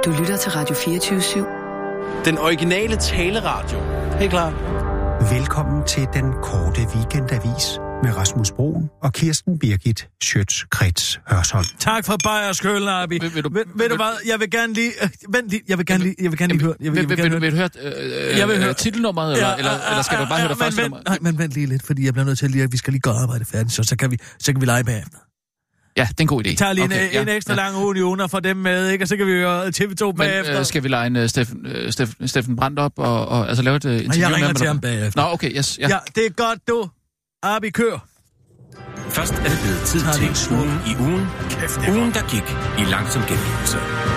Du lytter til Radio 24/7. Den originale taleradio. Helt klar. Velkommen til den korte weekendavis med Rasmus Broen og Kirsten Birgit Schøtz-Krets Hørsholm. Tak for bajerskøllen, Abi. Ved du hvad? Jeg vil gerne lige... Jeg vil gerne lige høre... Vil du høre titelnummeret, eller skal du bare høre det første nummer? Nej, men vent lige lidt, fordi jeg bliver nødt til lige, at vi skal lige gøre arbejde færdigt, så kan vi lege bagefter. Ja, det er en god idé. Vi tager lige en ekstra lang union og får dem med, ikke? Og så kan vi høre TV2 bagefter. Men skal vi lege en Steffen Brandt op og altså lave et interview med jeg ringer til ham bagefter. Nå, okay, yes. Ja, det er godt, du. Abi, kør. Først er det blevet tid til ugen i ugen. Ugen, der gik i langsom gengivelse.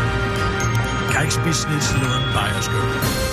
Kan ikke spise snitsel uden bajerskøl.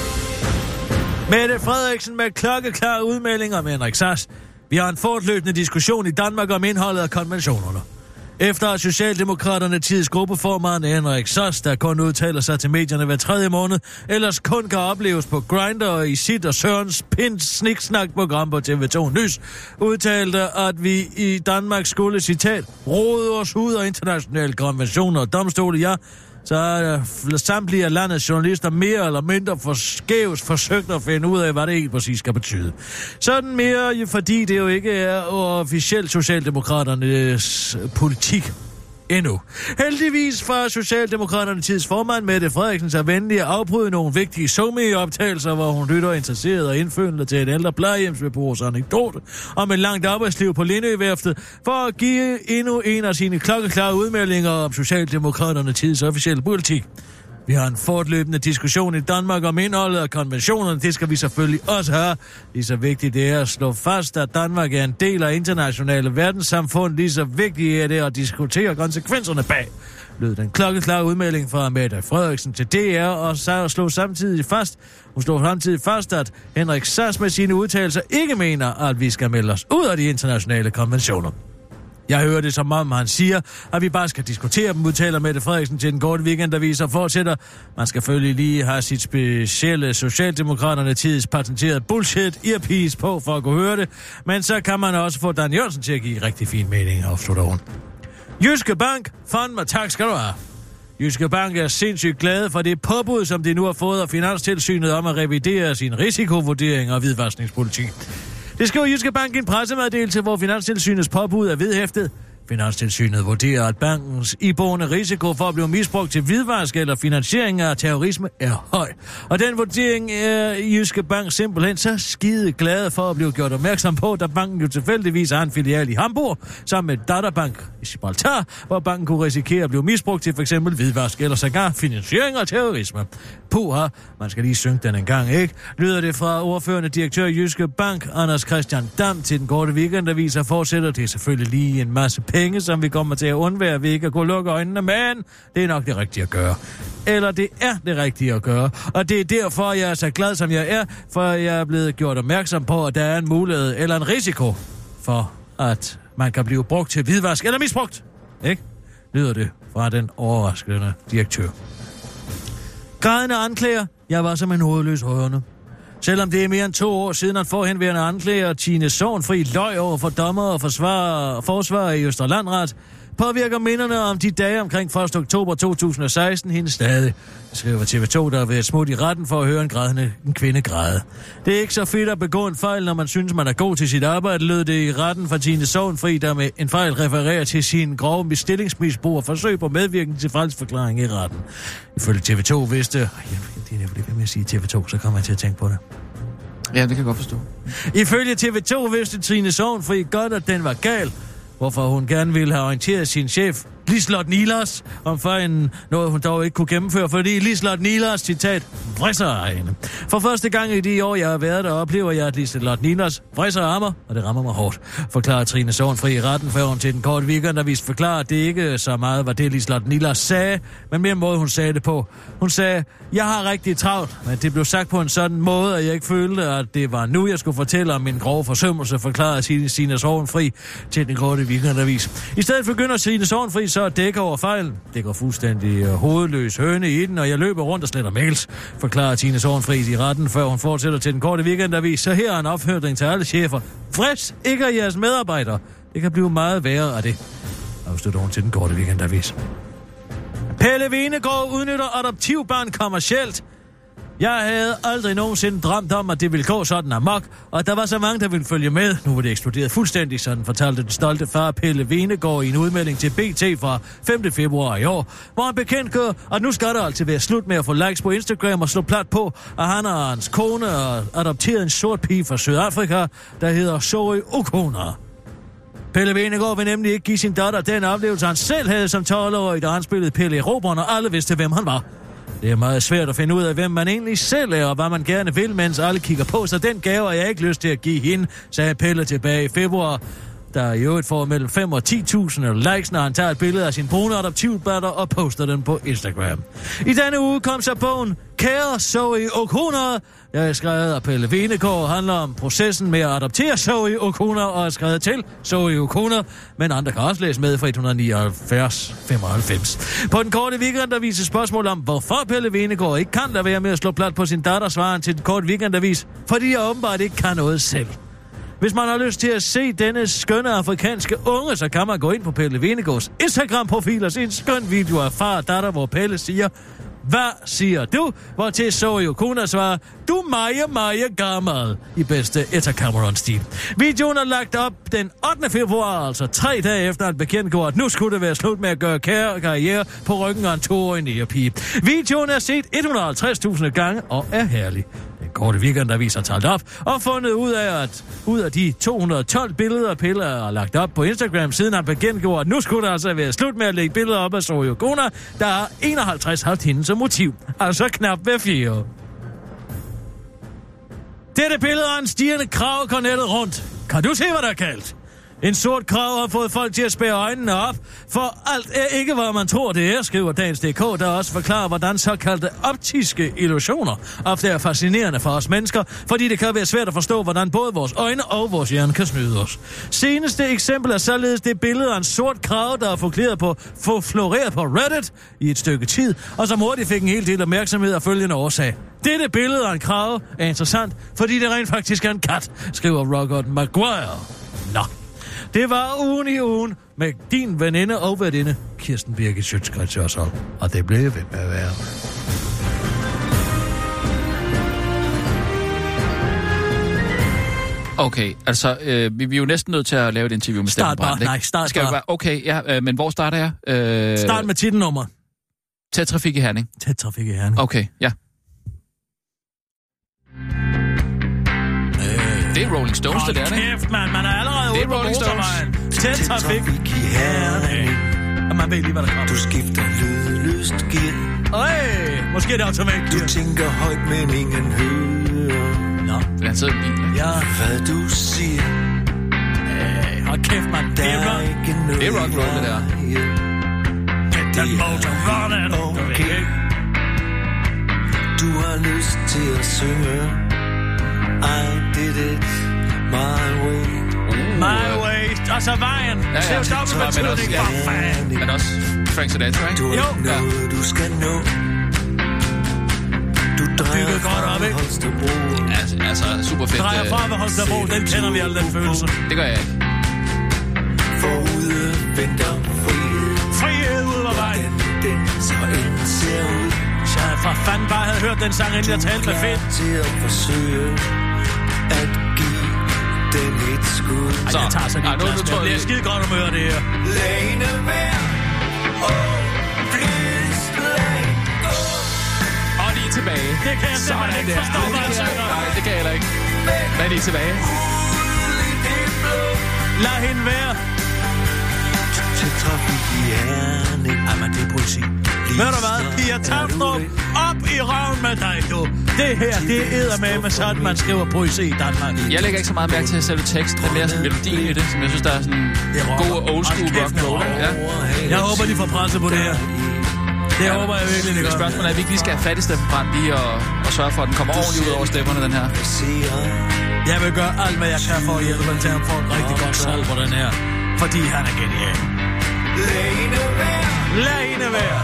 Mette Frederiksen med klokkeklar udmelding om Henrik Sass. Vi har en fortløbende diskussion i Danmark om indholdet af konventionerne. Efter at Socialdemokraterne tids gruppeformand Henrik Sass, der kun udtaler sig til medierne hver 3. måned, ellers kun kan opleves på Grindr og i sit og Sørens Pins sniksnak-program på TV2 Nys, udtalte, at vi i Danmark skulle, citat, rode os ud af internationale konventioner og domstole, ja, så er samtlige af landets journalister mere eller mindre forskævs forsøgt at finde ud af, hvad det helt præcis skal betyde. Sådan mere, fordi det jo ikke er officielt Socialdemokraternes politik endnu. Heldigvis for Socialdemokraterne tids formand Mette Frederiksen så venlig at afbryde nogle vigtige SoMe-optagelser, hvor hun lytter interesseret og indfølgende til en ældre plejehjemsbeboers anekdote om et langt arbejdsliv på Lindøværftet, for at give endnu en af sine klokkeklare udmeldinger om Socialdemokraterne tids officielle politik. Vi har en fortløbende diskussion i Danmark om indholdet af konventionerne. Det skal vi selvfølgelig også have. Lige så vigtigt det er at slå fast, at Danmark er en del af internationale verdenssamfund. Lige så vigtigt er det at diskutere konsekvenserne bag. Lød den klokkeklare udmelding fra Mette Frederiksen til DR, og så slog samtidig fast, at Henrik Sass med sine udtalelser ikke mener, at vi skal melde os ud af de internationale konventioner. Jeg hører det som om, han siger, at vi bare skal diskutere dem, udtaler Mette Frederiksen til den korte weekendavis og fortsætter. Man skal selvfølgelig lige have sit specielle Socialdemokraterne tids patenteret bullshit earpiece på for at kunne høre det, men så kan man også få Dan Jørgensen til at give rigtig fin mening, afslutter hun. Jyske Bank, fandme tak skal du have. Jyske Bank er sindssygt glade for det påbud, som de nu har fået af Finanstilsynet om at revidere sin risikovurdering og hvidvaskningspolitik. Det skriver Jyske Bank i en pressemeddelelse, hvor Finanstilsynets påbud er vedhæftet. Finanstilsynet vurderer, at bankens iboende risiko for at blive misbrugt til hvidvask eller finansiering af terrorisme er høj. Og den vurdering er Jyske Bank simpelthen så skide glade for at blive gjort opmærksom på, da banken jo tilfældigvis har en filial i Hamburg, sammen med datterbank i Gibraltar, hvor banken kunne risikere at blive misbrugt til f.eks. hvidvask eller sågar finansiering af terrorisme. Puha, man skal lige synge den en gang, ikke? Lyder det fra ordførende direktør i Jyske Bank, Anders Christian Dam, til den korte weekendavis og fortsætter. Det er selvfølgelig lige en masse penge, som vi kommer til at undvære ved ikke at kunne lukke øjnene, men det er nok det rigtige at gøre. Eller det er det rigtige at gøre. Og det er derfor, jeg er så glad, som jeg er, for jeg er blevet gjort opmærksom på, at der er en mulighed eller en risiko for, at man kan blive brugt til hvidvask eller misbrugt. Ikke? Lyder det fra den overraskende direktør. Grædende anklager. Jeg var som en hovedløs højerne. Selvom det er mere end 2 år siden, at forhenværende anklager Tine Sornfri løg over for dommer og forsvarer i Østre Landret, påvirker minderne om de dage omkring 1. oktober 2016 hende stadig. Det skriver TV2, der har været smut i retten for at høre en kvinde græde. Det er ikke så fedt at begå en fejl, når man synes, man er god til sit arbejde, lød det i retten for Tine Sornfri, der med en fejl refererer til sin grove bestillingsmisbrug og forsøg på medvirkning til falskforklaring i retten. Ifølge TV2 vidste... Jeg vil ved med at sige TV2, så kommer jeg til at tænke på det. Ja, det kan jeg godt forstå. Ifølge TV2 vidste Tine Sornfri godt, at den var gal, hvorfor hun gerne ville have orienteret sin chef, Liselott Nielers, om fejlen, noget hun dog ikke kunne gennemføre, fordi Liselott Nielers, citat, vrisser af hende. For første gang i de år, jeg har været der, oplever jeg, at Liselott Nielers vrisser af mig, og det rammer mig hårdt, forklarer Trine Sornfri i retten, før hun til den korte weekendavis forklarer, at det ikke så meget var det, Liselott Nielers sagde, men mere måde, hun sagde det på. Hun sagde, jeg har rigtig travlt, men det blev sagt på en sådan måde, at jeg ikke følte, at det var nu, jeg skulle fortælle om min grove forsømmelse, forklarer Trine Sornfri til den korte weekendavis. I stedet begynder Trine Sornfri så at dække over fejlen. Det går fuldstændig hovedløs høne i den, og jeg løber rundt og sletter mails, forklarer Tine Sornfri i retten, før hun fortsætter til den korte weekendavis. Så her er en opfordring til alle chefer. Frisk ikke af jeres medarbejdere. Det kan blive meget værre af det, afslutter hun til den korte weekendavis. Pelle Venegård udnytter adoptivbarn kommercielt. Jeg havde aldrig nogensinde drømt om, at det ville gå sådan amok, og der var så mange, der ville følge med. Nu var det eksploderet fuldstændig, sådan fortalte den stolte far Pelle Venegård i en udmelding til BT fra 5. februar i år, hvor han bekendtgør, at nu skal der altså være slut med at få likes på Instagram og slå plat på, at han og hans kone har adopteret en sort pige fra Sydafrika, der hedder Zoe Okona. Pelle Venegård vil nemlig ikke give sin datter den oplevelse, han selv havde som 12-årig, da han spillede Pelle Erobreren, og alle vidste, hvem han var. Det er meget svært at finde ud af, hvem man egentlig selv er, og hvad man gerne vil, mens alle kigger på, så den gave har jeg ikke lyst til at give hende, sagde Pelle tilbage i februar, der i øvrigt får mellem 5 og 10.000 likes, når han tager et billede af sin brune adoptivdatter og poster den på Instagram. I denne uge kom så bogen Kære Zoe Okona, der er skrevet af Pelle Venegård, handler om processen med at adoptere Zoe Okona og er skrevet til Zoe Okona, men andre kan også læse med fra 179-95. På den korte weekendavis er spørgsmål om, hvorfor Pelle Venegård ikke kan lade være med at slå plat på sin datter, svarer han til den korte weekendavis, fordi jeg åbenbart ikke kan noget selv. Hvis man har lyst til at se denne skønne afrikanske unge, så kan man gå ind på Pelle Venegårds Instagram-profil og se en skøn video af far og datter, hvor Pelle siger, hvad siger du? Hvor til Zoe Okona svarer, du er meget gammel, i bedste Etta Cameron-stil. Videoen er lagt op den 8. februar, altså 3 dage efter at bekendtgjorde, at nu skulle det være slut med at gøre karriere på ryggen af en 2-årig nærpige. Videoen er set 150.000 gange og er herlig. Den korte weekendavis har talt op og fundet ud af de 212 billeder, Pelle har lagt op på Instagram, siden han bekendtgjorde, at nu skulle det altså være slut med at lægge billeder op af Zoe Okona, der har 51 haft hende som motiv. Altså knap hver 4. Dette billede af en stigende krav går nettet rundt. Kan du se, hvad der er kaldt? En sort krav har fået folk til at spærre øjnene op, for alt er ikke, hvad man tror, det er, skriver Dagens.dk, der også forklarer, hvordan såkaldte optiske illusioner ofte er fascinerende for os mennesker, fordi det kan være svært at forstå, hvordan både vores øjne og vores hjerne kan snyde os. Seneste eksempel er således det billede af en sort krav, der er floreret på Reddit i et stykke tid, og som hurtigt fik en hel del opmærksomhed af følgende årsag. Dette billede af en krav er interessant, fordi det rent faktisk er en kat, skriver Robert Maguire. Nå. Det var ugen i ugen med din veninde og værtinde, Kirsten Birgit Schøtz-Krets Hørsholm. Og det blev ved med at være. Okay, altså, vi er jo næsten nødt til at lave et interview med Steffen Brandt, ikke? Start bare. Okay, ja, men hvor starter jeg? Start med titelnummer. Tæt trafik i Herning. Tæt trafik i Herning. Okay, ja. Det er Rolling Stones, det der, ikke? Kæft, man er allerede ude på motorvejen. Tæt trafik i Herning. Og man ved lige, hvad der kommer. Du skifter lydløst gear. Måske er det automatgear. Du tænker højt, men ingen hører. Nå, for han sidder i bilen. Ja. Hvad du siger. Hold kæft, man. Det er rock. Det er rock and roll, det der. Get that motor running. Okay. Du har lyst til at synge. I did it my way. My way. Altså vejen. Ja. Det er jo stoppet med betydning. For fanden. Men også Frank Sinatra, ikke? Du har noget, du skal nå. Du drejer fra ved Holstebro. Altså, super fedt. Drejer fra ved Holstebro. Den kender vi alle, den følelse. Det gør jeg ikke. Forude venter frihed. Frihed ud af vejen. Den så end ser ud. Hvis jeg for fanden bare havde hørt den sang, inden jeg talte med fedt. Til at forsøge at give den et skud. Ej, jeg tager sådan en plads med. Det bliver skide godt at høre det her. Lane være. Please lad go. Og lige tilbage. Det kan jeg simpelthen ikke forstå, hvad jeg synger. Nej, det kan jeg heller ikke. Hvad er lige tilbage? Lad hende være. Til trafik i Herning. Jamen, det er poesi. Ved du hvad? Pia Tavndrup, op i røven med dig, du. Det her, det er eddermame sådan, man skriver poesi i Danmark. Jeg lægger ikke så meget mærke til selve teksten. Det er mere sådan melodien i det, som jeg synes, der er sådan god old school rock and roll. Ja. Jeg håber, de får presset på det her. Det håber jeg virkelig, det gør. Spørgsmålet er, at vi ikke lige skal have fat i Steffen Brandt lige og sørge for, at den kommer ordentligt ud over stemmerne, den her. Jeg vil gøre alt, hvad jeg kan for at hjælpe til at få et rigtig godt salg på den her. Fordi han er genial. Lad hende være.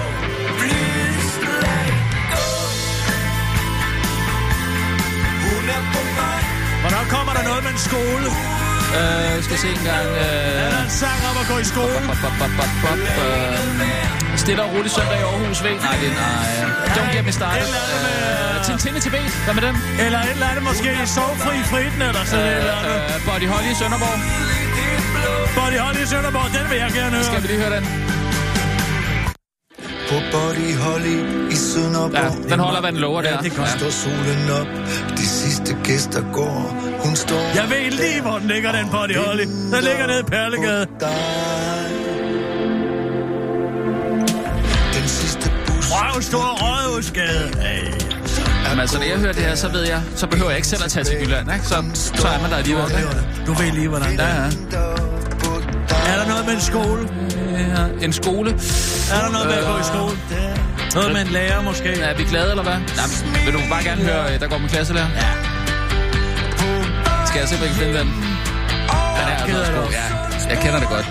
Hvornår kommer der noget med en skole? Skal se en gang... Er der en sang om at gå i skole? Stille og roligt søndag i Aarhus V. Nej, det er Don't Get Me Started. Tintin i Tibet. Hvad med den? Eller et eller andet måske i Sovfri Fritten eller sådan et eller andet. Buddy Holly i Sønderborg. Buddy Holly i Sønderborg, den vil jeg gerne høre. Skal vi lige høre den? På Buddy Holly i Sønderborg. Ja, den holder, hvad den lover der. Ja, det er godt. Står solen op, de sidste gæster går. Hun står... Jeg ved lige, hvor den ligger, den Buddy Holly. Den ligger nede i Perlegade. Den sidste bus... Røvstor Rådhusgade. Jamen altså, når jeg hører det her, så ved jeg, så behøver jeg ikke selv at tage til Jylland, ikke? Så er man der alligevel. Du ved lige, hvordan det er. Er der noget med en skole? Ja, en skole. Er der noget med at gå i skole? Noget med en lærer måske? Er vi glade, eller hvad? Nej, vil du bare gerne høre, der går med klasselærer? Ja. Skal jeg simpelthen finde den? Den er altså god. Ja, jeg kender det godt.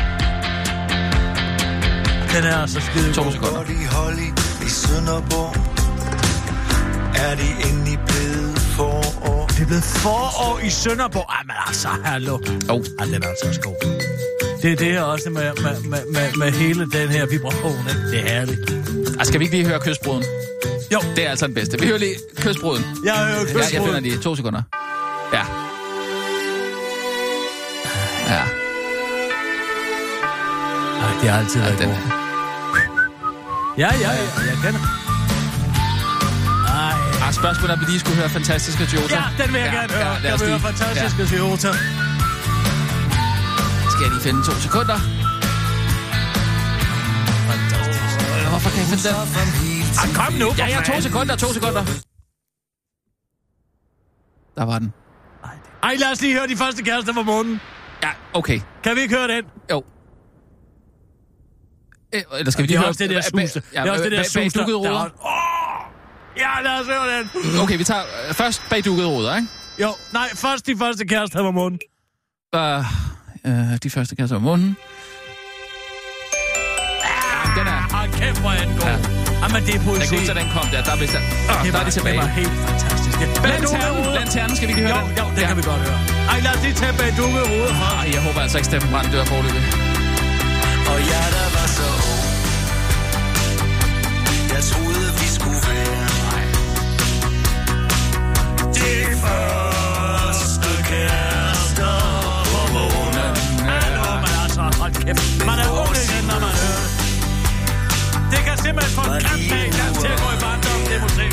Den er altså skide 2 sekunder. I Sønderborg er de endelig blevet forår. Det er blevet forår i Sønderborg. Ej, men altså, hallo. Ej, den er altså også god. Det er det også med hele den her vibration, ikke? Det er herligt. Skal vi ikke lige høre Kystbruden? Jo. Det er altså den bedste. Vi hører lige Kystbruden. Jeg hører Kystbruden. Jeg finder lige 2 sekunder. Ja. Ja. Ej, det har altid været god. Ja, jeg kender. Ej. Spørgsmålet er, om vi lige skulle høre Fantastiske Toyota. Ja, den vil jeg gerne høre. Jeg vil høre Fantastiske Toyota. Skal jeg lige finde 2 sekunder? Fantastisk. Hvorfor kan jeg finde den? Kom nu. Ja, 2 sekunder, 2 sekunder. Der var den. Ej, lad os lige høre de første kærester fra månen. Ja, okay. Kan vi ikke høre den? Jo. Eller skal vi lige høre... Det er også det der suste. Det er også det der suste. Bag dukkede ruder. Ja, lad os høre den. Okay, vi tager først bag dukkede ruder, ikke? Jo, nej, først de første kærester fra månen. De første kærester fra månen. Den er... Hold kæft, hvor er den god. Jamen, det er poesi. Jeg kunne ikke, den kom der. Der er det tilbage. Det var helt fantastisk. Lanternen, skal vi lige høre den? Jo, det kan vi godt høre. Ej, lad os lige tage bag dukkede ruder fra. Jeg håber altså ikke, Steffen Brandt dør forløbet. Og jeg, der var så ung. Jeg troede, vi skulle være. Det første kærester på månen. Hallo, man altså, hold kæft. Man er ung igen, når man hører det. Det kan simpelthen få en kamp bag land til at gå i barndom, det musik.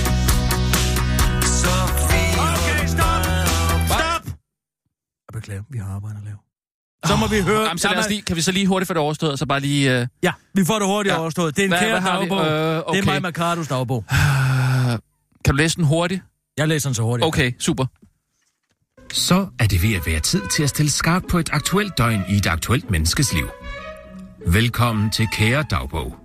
Okay, stop! Stop! Jeg beklager, vi har arbejdet at lave. Så må vi høre... Jamen, så kan vi så lige hurtigt få det overstået, og så bare lige... Ja, vi får det hurtigt overstået. Det er en kære dagbog. Okay. Det er mig Mercados dagbog. Kan du læse den hurtigt? Jeg læser den så hurtigt. Okay, super. Så er det ved at være tid til at stille skarpt på et aktuelt døgn i et aktuelt menneskes liv. Velkommen til Kære Dagbog.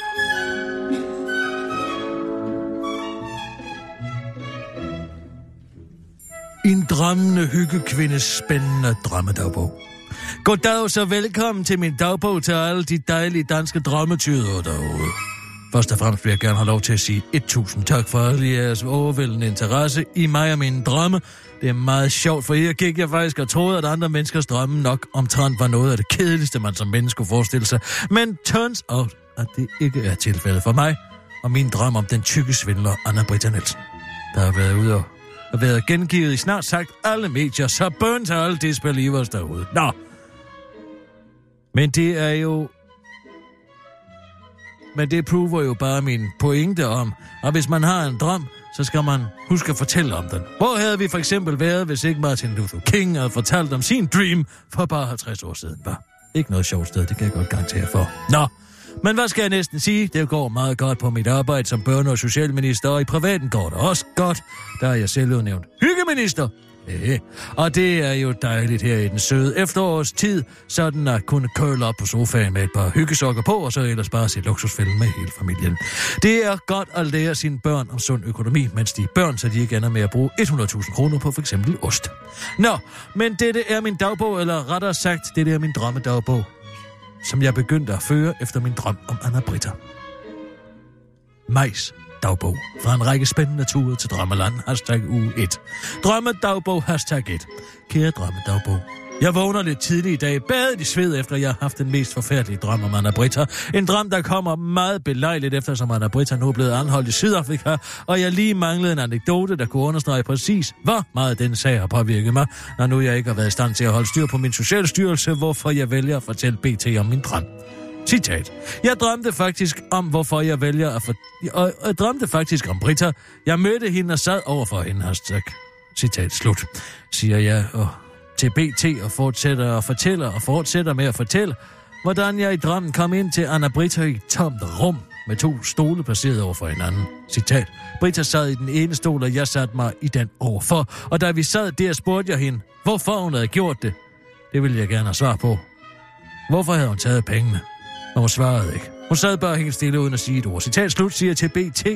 En drømmende hyggekvindes spændende drømmedagbog. Goddag, så velkommen til min dagbog til alle de dejlige danske drømmetyder derude. Først og fremmest vil jeg gerne have lov til at sige 1000 tak for alle jeres overvældende interesse i mig og mine drømme. Det er meget sjovt, for her gik jeg faktisk og troede, at andre menneskers drømme nok omtrent var noget af det kedeligste, man som menneske kunne forestille sig. Men turns out, at det ikke er tilfældet for mig og min drøm om den tykke svindler Anna-Britta Nielsen, der har været ude og har været gengivet i snart sagt alle medier, så bøn til alle disbelievers derude. Nå. Men det prover jo bare min pointe om, at hvis man har en drøm, så skal man huske at fortælle om den. Hvor havde vi for eksempel været, hvis ikke Martin Luther King havde fortalt om sin dream for bare 50 år siden, var? Ikke noget sjovt sted, det kan jeg godt garantere for. Nå, men hvad skal jeg næsten sige? Det går meget godt på mit arbejde som børne- og socialminister, og i privaten går det også godt. Der er jeg selv udnævnt hyggeminister. Og det er jo dejligt her i den søde efterårstid, sådan at kunne curle op på sofaen med et par hyggesokker på, og så ellers bare se luksusfilm med hele familien. Det er godt at lære sine børn om sund økonomi, mens de er børn, så de ikke ender med at bruge 100.000 kroner på for eksempel ost. Nå, men dette er min dagbog, eller rettere sagt, dette er min drømmedagbog, som jeg begyndte at føre efter min drøm om Anna-Britta. Majs Dagbog. Fra en række spændende ture til Drømmeland. Hashtag uge 1. Drømmedagbog. Hashtag 1. Kære Drømmedagbog. Jeg vågner lidt tidligt i dag, badet i sved, efter jeg har haft den mest forfærdelige drøm om Anna Britta. En drøm, der kommer meget belejligt, eftersom Anna Britta nu er blevet anholdt i Sydafrika, og jeg lige manglede en anekdote, der kunne understrege præcis, hvor meget den sag har påvirket mig, når nu jeg ikke har været i stand til at holde styr på min socialstyrelse, hvorfor jeg vælger at fortælle BT om min drøm. Citat. Jeg drømte faktisk om, hvorfor jeg vælger at jeg drømte faktisk om Britta. Jeg mødte hende og sad over for hende. Hashtag. Citat slut. Siger jeg til BT og fortsætter med at fortælle, hvordan jeg i drømmen kom ind til Anna Britta i et tomt rum med 2 stole placeret over for hinanden. Citat. Britta sad i den ene stol, og jeg satte mig i den overfor. Og da vi sad der, spurgte jeg hende, hvorfor hun havde gjort det. Det ville jeg gerne have svar på. Hvorfor havde hun taget pengene? Og hun svarede ikke. Hun sad bare helt stille uden at sige et ord. Citat slut, siger jeg til BT,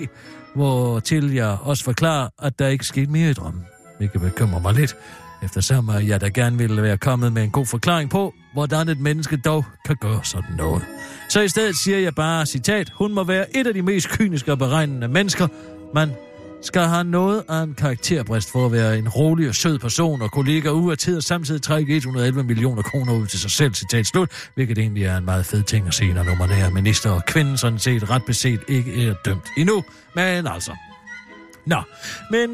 hvortil jeg også forklarer, at der ikke skete mere i drømmen. Hvilket bekymrer mig lidt, eftersom jeg da gerne ville være kommet med en god forklaring på, hvordan et menneske dog kan gøre sådan noget. Så i stedet siger jeg bare, citat, hun må være et af de mest kyniske og beregnende mennesker. Man skal have noget af en karakterbrist for at være en rolig og sød person og kollega ud af tid og samtidig trække 111 millioner kroner ud til sig selv, citat slut, hvilket egentlig er en meget fed ting at se, når man er minister og kvinden sådan set ret beset ikke er dømt endnu. Men altså... Nå, men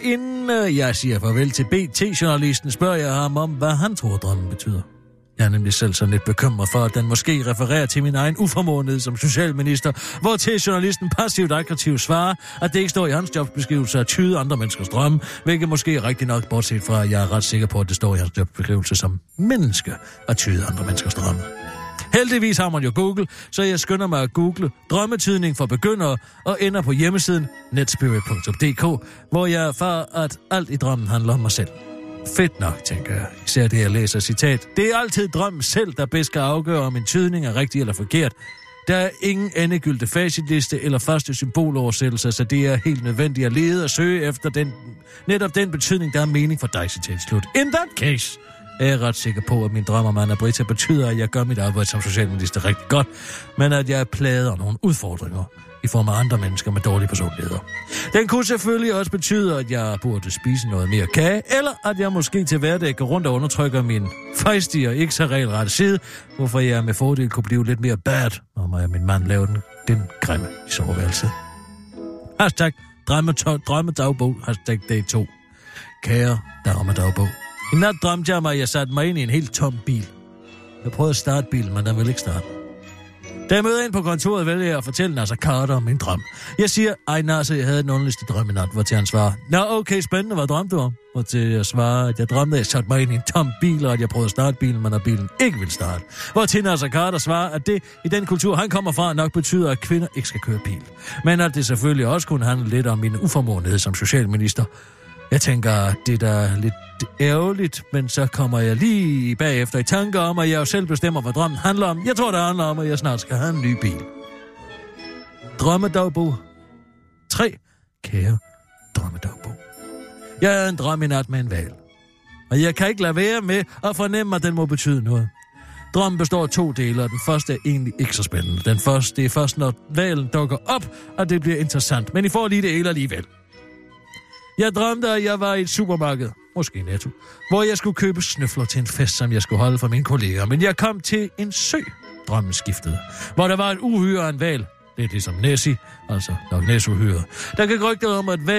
inden jeg siger farvel til BT-journalisten, spørger jeg ham om, hvad han tror, drømmen betyder. Jeg er nemlig selv sådan lidt bekymret for, at den måske refererer til min egen uformåenhed som socialminister, hvortil journalisten passivt aggressivt svarer, at det ikke står i hans jobsbeskrivelse at tyde andre menneskers drømme, hvilket måske er rigtigt nok, bortset fra, at jeg er ret sikker på, at det står i hans jobsbeskrivelse som menneske at tyde andre menneskers drømme. Heldigvis har man jo Google, så jeg skynder mig at google drømmetydning for begyndere og ender på hjemmesiden netspirit.dk, hvor jeg erfarer, at alt i drømmen handler om mig selv. Fedt nok, tænker jeg. Især det, jeg læser citat. Det er altid drømmen selv, der bedst skal afgøre, om en tydning er rigtig eller forkert. Der er ingen endegyldig facitliste eller første symboloversættelse, så det er helt nødvendigt at lede og søge efter netop den betydning, der er mening for dig, citat slut. In that case... Jeg er ret sikker på, at min drøm om Anna Britta betyder, at jeg gør mit arbejde som socialminister rigtig godt, men at jeg er plaget af nogle udfordringer i form af andre mennesker med dårlige personligheder. Den kunne selvfølgelig også betyde, at jeg burde spise noget mere kage, eller at jeg måske til hverdag går rundt og undertrykker min fejstige og ikke så regelrette side, hvorfor jeg med fordel kunne blive lidt mere bad, når mig og min mand lavede den grimme i soveværelset. Hashtag drømmedagbog, hashtag dag 2. Kære drømmedagbog. I nat drømte jeg mig, at jeg satte mig ind i en helt tom bil. Jeg prøvede at starte bilen, men den ville ikke starte. Da jeg møder ind på kontoret, vælger jeg at fortælle Nasser Carter om min drøm. Jeg siger, ej Nasser, jeg havde den underligste drøm i nat, hvor til han svarer, nå okay, spændende, hvad drømte du om? Hvor til jeg svarer, at jeg drømte, at jeg satte mig ind i en tom bil, og at jeg prøvede at starte bilen, men at bilen ikke ville starte. Hvor til Nasser Carter svarer, at det i den kultur, han kommer fra, nok betyder, at kvinder ikke skal køre bil. Men at det selvfølgelig også kunne handle lidt om min uformåenhed som socialminister. Jeg tænker, det er lidt ærgerligt, men så kommer jeg lige bagefter i tanker om, at jeg jo selv bestemmer, hvad drømmen handler om. Jeg tror, det handler om, at jeg snart skal have en ny bil. Drømmedagbog 3. Kære drømmedagbog. Jeg havde en drøm i nat med en hval. Og jeg kan ikke lade være med at fornemme, at den må betyde noget. Drømmen består af 2 dele, og den første er egentlig ikke så spændende. Det er først, når hvalen dukker op, og det bliver interessant. Men I får lige det hele alligevel. Jeg drømte, at jeg var i et supermarked, måske Netto, hvor jeg skulle købe snøfler til en fest, som jeg skulle holde for mine kolleger. Men jeg kom til en sø, drømmen skiftede, hvor der var et uhyre af en hval. Det er ligesom Nessie, altså nok Ness-uhyre. Der gik rygter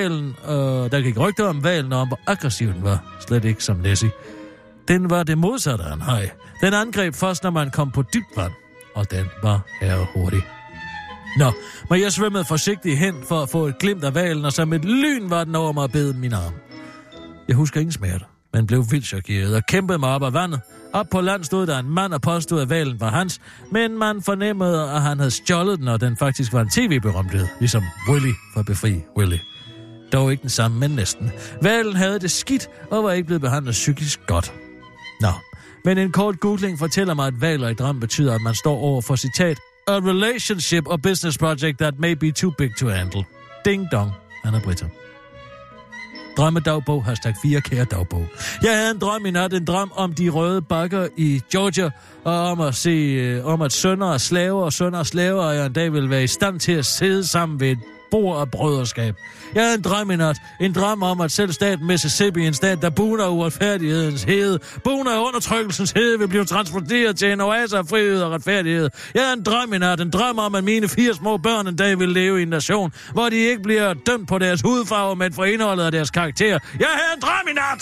om hvalen, og om hvor aggressiv den var. Slet ikke som Nessie. Den var det modsatte af en haj. Den angreb først, når man kom på dybt vand, og den var herrehurtig. Nå, men jeg svømmede forsigtigt hen for at få et glimt af hvalen, og som et lyn var den over mig og bed min arm. Jeg husker ingen smerte, men blev vildt chokeret og kæmpede mig op af vandet. Op på land stod der en mand og påstod, at hvalen var hans, men man fornemmede, at han havde stjålet den, og den faktisk var en tv-berømthed, ligesom Willy for Befri Willy. Dog ikke den samme, men næsten. Hvalen havde det skidt og var ikke blevet behandlet psykisk godt. Nå, men en kort googling fortæller mig, at hvaler i drøm betyder, at man står over for citat, a relationship or business project that may be too big to handle. Ding dong, Anna Britta. Drømmedagbog, hashtag 4, kære dagbog. Jeg havde en drøm i nat, en drøm om de røde bakker i Georgia, og om at sønner og slaver, og jeg en dag ville være i stand til at sidde sammen ved et spor af brøderskab. Jeg havde en drøm i nat. En drøm om, at selv staten Mississippi, en stat, der buner uretfærdighedens hede, buner undertrykkelsens hede, vil blive transporteret til en oase af frihed og retfærdighed. Jeg havde en drøm i nat. En drøm om, at mine 4 små børn en dag vil leve i en nation, hvor de ikke bliver dømt på deres hudfarve, men for indholdet af deres karakter. Jeg havde en drøm i nat!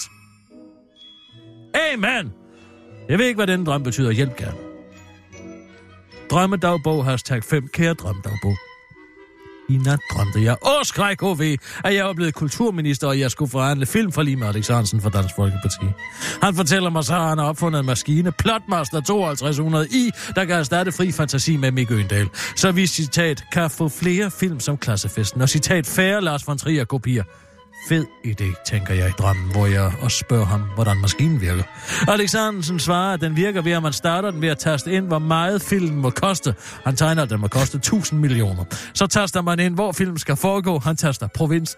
Amen! Jeg ved ikke, hvad den drøm betyder. Hjælp gerne. Drømmedagbog, #5, kære drømmedagbog. I nat drømte jeg, skræk HV, at jeg var blevet kulturminister, og jeg skulle forhandle filmforlig med Alex Ahrendtsen fra Dansk Folkeparti. Han fortæller mig så, at han har opfundet en maskine, Plotmaster 5200i, der kan erstatte fri fantasi med Mick Øgendahl. Så vi, citat, kan få flere film som Klassefesten, og citat, færre Lars von Trier kopier. Fed idé, tænker jeg i drømmen, hvor jeg også spørger ham, hvordan maskinen virker. Alex Ahrendtsen svarer, at den virker ved, at man starter den ved at taste ind, hvor meget filmen må koste. Han tegner, at den må koste 1000 millioner. Så taster man ind, hvor filmen skal foregå. Han taster provinsen.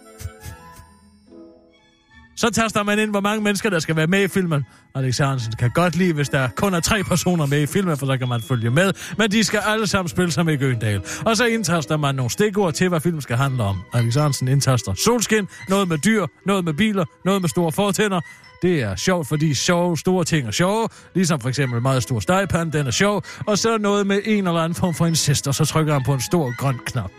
Så taster man ind, hvor mange mennesker, der skal være med i filmen. Alex Ahrendtsen kan godt lide, hvis der kun er 3 personer med i filmen, for så kan man følge med. Men de skal alle sammen spille sig med Øgendahl. Og så indtaster man nogle stikord til, hvad filmen skal handle om. Alex Ahrendtsen indtaster solskin, noget med dyr, noget med biler, noget med store fortænder. Det er sjovt, fordi store ting er sjove. Ligesom for eksempel meget stor stegepande, den er sjov. Og så noget med en eller anden form for incest, og så trykker han på en stor grøn knap.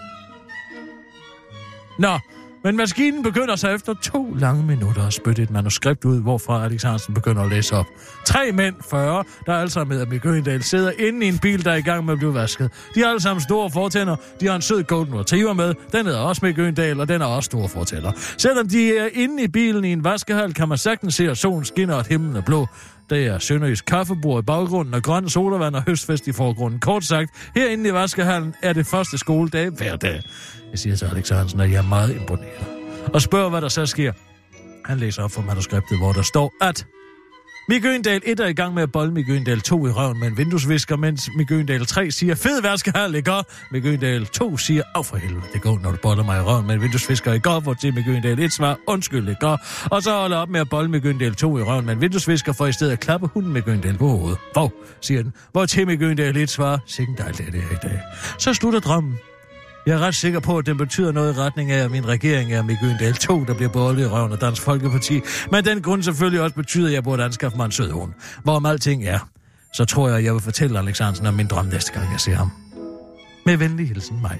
Nå. Men maskinen begynder så efter 2 lange minutter at spytte et manuskript ud, hvorfra Alex Ahrendtsen begynder at læse op. 3 mænd, 40, der er alle sammen med, at Mick Øgendahl sidder inde i en bil, der er i gang med at blive vasket. De har alle sammen store fortænder. De har en sød golden retriever med. Den hedder også Mick Øgendahl, og den er også store fortænder. Selvom de er inde i bilen i en vaskehal, kan man sagtens se, at solen skinner, og himlen er blå. Det er sønderjysk kaffebord i baggrunden, og grønne sodavand og høstfest i forgrunden. Kort sagt, herinde i vaskehallen er det første skoledag hver dag. Jeg siger til Alex Ahrendtsen, at jeg er meget imponeret. Og spørger, hvad der så sker. Han læser op fra manuskriptet, hvor der står, at Mick Øgendahl 1 er i gang med at bolde Mick Øgendahl 2 i røven med en vinduesvisker, mens Mick Øgendahl 3 siger, fed vaskehal, ikke går. Mick Øgendahl 2 siger, af for helvede, det går, når du bolder mig i røven med en vinduesvisker, ikke går, hvor til Mick Øgendahl 1 svarer, undskyld, ikke går. Og så holder op med at bolde Mick Øgendahl 2 i røven med en vinduesvisker, for i stedet at klappe hunden Mick Øgendahl på hovedet. Hvor, siger den, hvor til Mick Øgendahl 1 svarer, sikken dejligt er det her i dag. Så slutter drømmen. Jeg er ret sikker på, at den betyder noget i retning af, at min regering er Mick Øgendahl 2, der bliver boldet i røven af Dansk Folkeparti. Men den grund selvfølgelig også betyder, at jeg burde anskaffe mig en sød hund. Hvorom alting er, så tror jeg, at jeg vil fortælle Alex Ahrendtsen om min drøm næste gang, jeg ser ham. Med venlig hilsen, mig.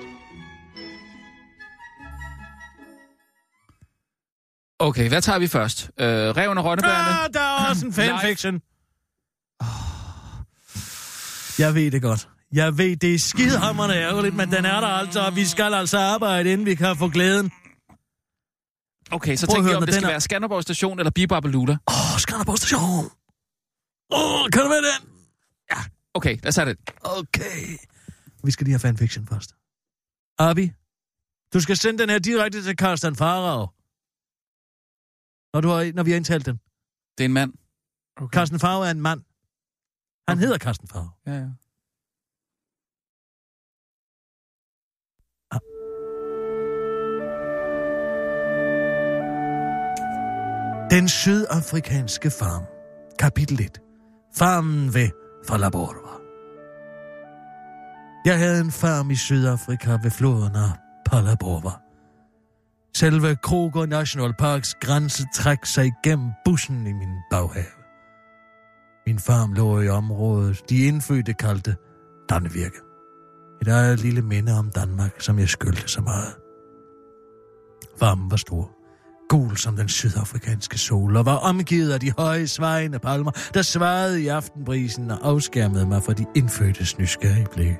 Okay, hvad tager vi først? Ræven og rottebærene? Der er også en fanfiction. Jeg ved det godt. Jeg ved, det er skidehamrende ærgerligt, men den er der altså, og vi skal altså arbejde, inden vi kan få glæden. Okay, så tænker jeg, om det skal være Skanderborg Station eller Bibarbalula. Skanderborg Station. Kan du med den? Ja, okay, lad os have det. Okay. Vi skal lige have fanfiction først. Abi, du skal sende den her direkte til Carsten Farag. Når vi har indtalt den. Det er en mand. Okay. Carsten Farag er en mand. Han hedder Carsten Farag. Ja. Den sydafrikanske farm. Kapitel 1. Farmen ved Phalaborwa. Jeg havde en farm i Sydafrika ved floden af Phalaborwa. Selve Kruger National Parks grænse træk sig igennem bussen i min baghave. Min farm lå i området, de indfødte kaldte Dannevirke. Et eget lille minde om Danmark, som jeg skyldte så meget. Farmen var stor. Gul som den sydafrikanske sol, og var omgivet af de høje svajende palmer, der svajede i aftenbrisen og afskærmede mig fra de indfødtes nysgerrige blik.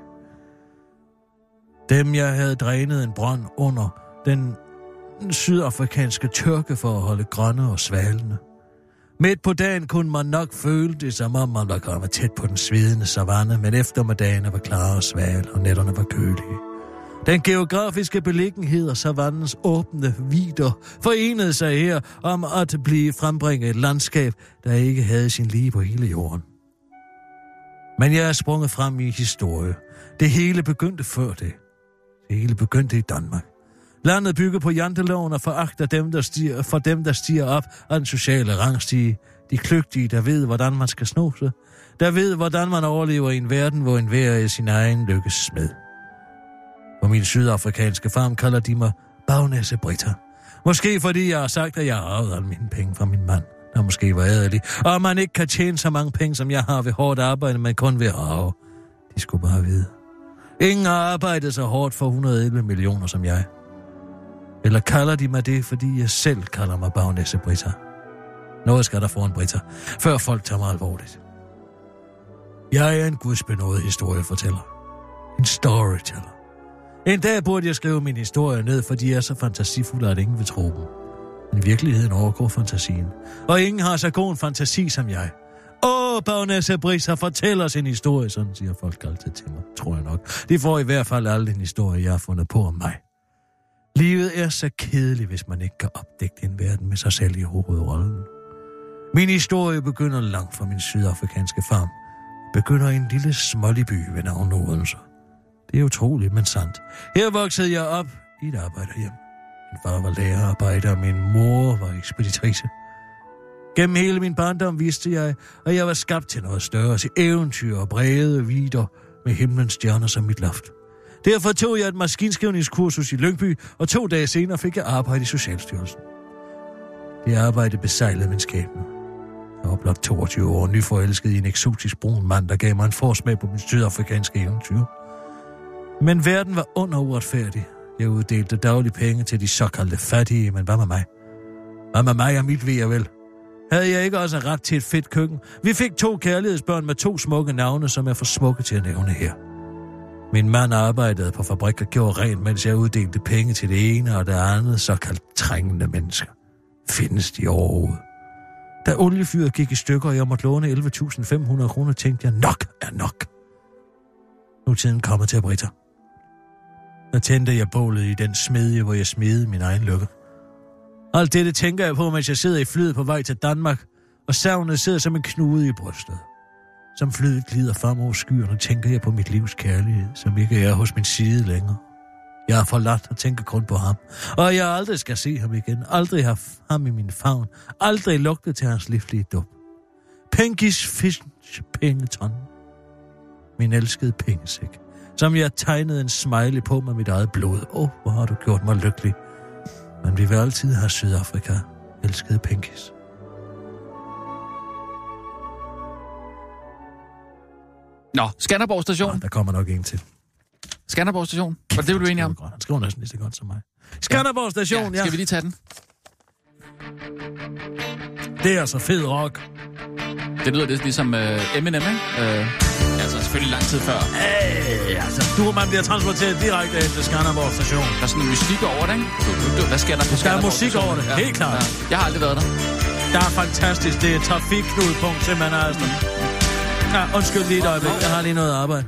Dem jeg havde drænet en brønd under den sydafrikanske tørke for at holde grønne og svalende. Midt på dagen kunne man nok føle det, som om man var kommet tæt på den svedende savanne, men eftermiddagene var klare og svale, og nætterne var kølige. Den geografiske beliggenhed og savannens åbne vidder forenede sig her om at frembringe et landskab, der ikke havde sin lige på hele jorden. Men jeg er sprunget frem i historie. Det hele begyndte før det. Det hele begyndte i Danmark. Landet bygger på janteloven og foragter dem, der stiger op af den sociale rangstige. De kløgtige, der ved, hvordan man skal snuse. Der ved, hvordan man overlever i en verden, hvor enhver er sin egen lykkes smed. Hvor min sydafrikanske farm kalder de mig Bagnæse Britta. Måske fordi jeg har sagt, at jeg har arvet alle mine penge fra min mand, der måske var ædelig, og man ikke kan tjene så mange penge, som jeg har ved hårdt arbejde, men kun ved at arve. De skulle bare vide. Ingen har arbejdet så hårdt for 111 millioner som jeg. Eller kalder de mig det, fordi jeg selv kalder mig Bagnæse Britta. Noget skal der få en Britta, før folk tager mig alvorligt. Jeg er en gudsbenådet historiefortæller. En storyteller. En dag burde jeg skrive min historie ned, fordi jeg er så fantasifuld, at ingen vil tro dem. Men virkeligheden overgår fantasien. Og ingen har så god en fantasi som jeg. Bagnæse Britta fortæller sin historie, sådan siger folk altid til mig, tror jeg nok. De får i hvert fald aldrig en historie, jeg har fundet på om mig. Livet er så kedeligt, hvis man ikke kan opdække en verden med sig selv i hovedrollen. Min historie begynder langt fra min sydafrikanske farm. Begynder i en lille smålig by ved navn Odense. Det er utroligt, men sandt. Her voksede jeg op i et arbejderhjem. Min far var lærerarbejder, og min mor var ekspeditrice. Gennem hele min barndom vidste jeg, at jeg var skabt til noget større, til eventyr og brede vidder med himlens stjerner som mit loft. Derfor tog jeg et maskinskrivningskursus i Lyngby, og 2 dage senere fik jeg arbejde i Socialstyrelsen. Det arbejde besejlede min skæbne. Jeg var blot 22 år, nyforelsket i en eksotisk brun mand, der gav mig en forsmag på min sydafrikanske eventyr. Men verden var uretfærdig. Jeg uddelte daglige penge til de såkaldte fattige, men hvad med mig? Hvad med mig og mit ved jeg vel? Havde jeg ikke også ret til et fedt køkken? Vi fik 2 kærlighedsbørn med 2 smukke navne, som er for smukke til at nævne her. Min mand arbejdede på fabrik og gjorde rent, mens jeg uddelte penge til det ene og det andet såkaldt trængende mennesker. Findes de overhovedet? Da oliefyret gik i stykker, og jeg måtte låne 11.500 kroner, tænkte jeg, nok er nok. Nu er tiden kommet til Britta. Der tændte jeg bålet i den smedje, hvor jeg smedede min egen lykke. Alt dette tænker jeg på, mens jeg sidder i flyet på vej til Danmark, og savnet sidder som en knude i brystet. Som flyet glider frem over skyerne, tænker jeg på mit livs kærlighed, som ikke er hos min side længere. Jeg har forladt og tænker kun på ham, og jeg aldrig skal se ham igen, aldrig have ham i min favn, aldrig lugte til hans livlige dum. Penkis Fish pengeton. Min elskede pengesæk, som jeg tegnede en smiley på med mit eget blod. Hvor har du gjort mig lykkelig. Men vi vil altid have Sydafrika, elskede Penkis. Nå, Skanderborg Station. Ja, der kommer nok en til. Skanderborg Station. Var det vil du enige om? Han skriver næsten lige så godt som mig. Skanderborg Station, ja. Skal vi lige tage den? Det er altså fed rock. Det lyder lidt ligesom Eminem, ikke? Altså selvfølgelig lang tid før. Altså, man bliver transporteret direkte ind til Skanderborg Station. Der er sådan en mystik over det, ikke? Hvad sker der på Skanderborg? Der er musik over det, helt klart. Ja. Jeg har aldrig været der. Der er fantastisk. Det er trafikknudpunkt, simpelthen, altså. Ja, undskyld lige et øjeblik. Jeg har lige noget arbejde.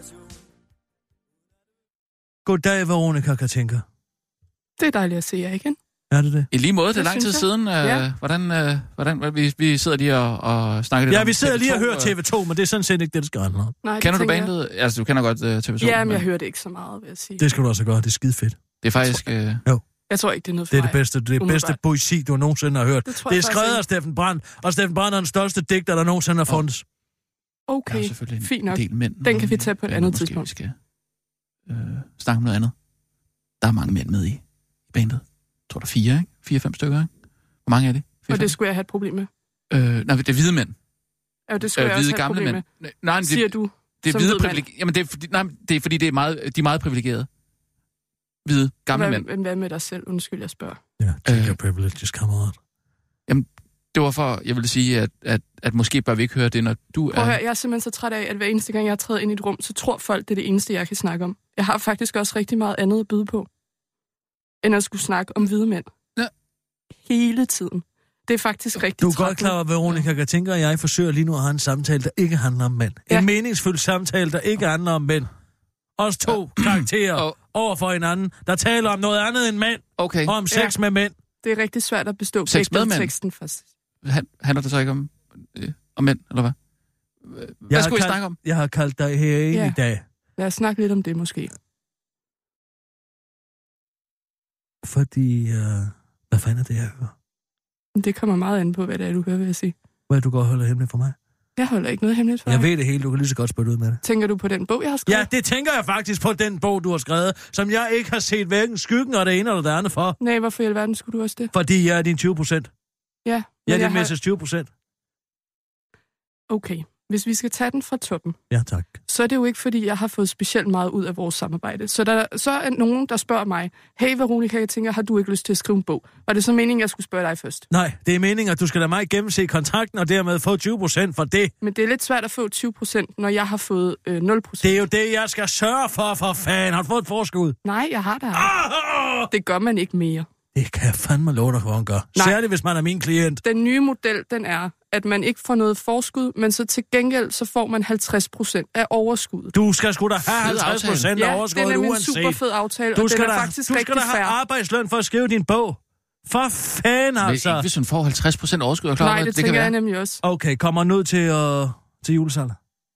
Goddag, Veronica Katinka. Det er dejligt at se jer igen. Er det det? I lige måde, det er lang tid siden. Ja. Hvordan vi sidder lige og snakker lidt om Ja, vi sidder TV2, lige og hører TV2, men det er sådan set ikke det, der skal handle om. Nej, kender du bandet? Altså, du kender godt TV2. Ja, men jeg hører det ikke så meget, vil jeg sige. Det skal du også gøre. Det er skide fedt. Det er faktisk... Jo. Jeg tror ikke, det er noget for det er mig. det bedste poesi, du nogensinde har hørt. Det er skrevet af Steffen Brandt, og Steffen Brandt er den største digter, der nogensinde har fundet. Okay, fint nok. Mænd, den kan vi tage på et andet tidspunkt. Vi skal snakke om noget andet. Der er mange mænd med i bandet. Jeg tror, der er 4, ikke? 4-5 stykker, ikke? Hvor mange er det? 4, og det skulle jeg have et problem med. Nej, det er hvide mænd. Ja, det skulle jeg også have et problem med. Nej, siger du, det er hvide privilegerede. Jamen, det er fordi, de er meget privilegerede. Hvide, gamle mænd. Hvad med dig selv? Undskyld, jeg spørger. Ja, take your privileges, kammerat. Jamen, det var for, jeg ville sige, at måske bør vi ikke høre det, når du Prøv at høre, jeg er simpelthen så træt af, at hver eneste gang, jeg træder ind i et rum, så tror folk, det er det eneste, jeg kan snakke om. Jeg har faktisk også rigtig meget andet at byde på, end at skulle snakke om hvide mænd. Ja. Hele tiden. Det er faktisk rigtig Du er godt klar over, at Veronica Katinka og jeg forsøger lige nu at have en samtale, der ikke handler om mænd. Ja. En meningsfuld samtale, der ikke handler om mænd. Os 2 karakterer over for hinanden, der taler om noget andet end mænd. Okay. Og om sex med mænd. Det er rigtig svært at bestå teksten først. Handler det så ikke om mænd, eller hvad? Hvad skulle I snakke om? Jeg har kaldt dig herinde i dag. Lad os snakke lidt om det, måske. Fordi, hvad fanden er det, jeg hører? Det kommer meget an på, hvad det er, du hører, vil jeg sige. Hvad du går og holder hemmeligt for mig? Jeg holder ikke noget hemmeligt for Jeg dig. ved det hele, du kan lige så godt spytte ud med det. Tænker du på den bog, jeg har skrevet? Ja, det tænker jeg faktisk på den bog, du har skrevet, som jeg ikke har set hverken skyggen og det ene eller det andet for. Nej, hvorfor i alverden skulle du også det? Fordi jeg er din 20%. Ja. Jeg er din har... Mrs. 20%. Okay, hvis vi skal tage den fra toppen, Ja, tak. så er det jo ikke, fordi jeg har fået specielt meget ud af vores samarbejde. Så er nogen, der spørger mig, hey Veronica, jeg tænker, har du ikke lyst til at skrive en bog? Var det så meningen, jeg skulle spørge dig først? Nej, det er meningen, at du skal lade mig gennemse kontrakten og dermed få 20% for det. Men det er lidt svært at få 20%, når jeg har fået 0%. Det er jo det, jeg skal sørge for fanden. Har du fået et forskud? Nej, jeg har det her. Det gør man ikke mere. Det kan jeg fandme love dig, for han gør. Nej. Særligt, hvis man er min klient. Den nye model, den er, at man ikke får noget forskud, men så til gengæld, så får man 50% af overskuddet. Du skal sgu da have 50% af Ja, overskuddet, det er nemlig en uanset. super fed aftale, Du og skal den er da, faktisk du skal rigtig da have fair. arbejdsløn for at skrive din bog. For fanden, altså. Ikke hvis hun får 50% overskud, klar, Nej, det kan tænker være. jeg nemlig også. Okay, kommer den ud til julesalg?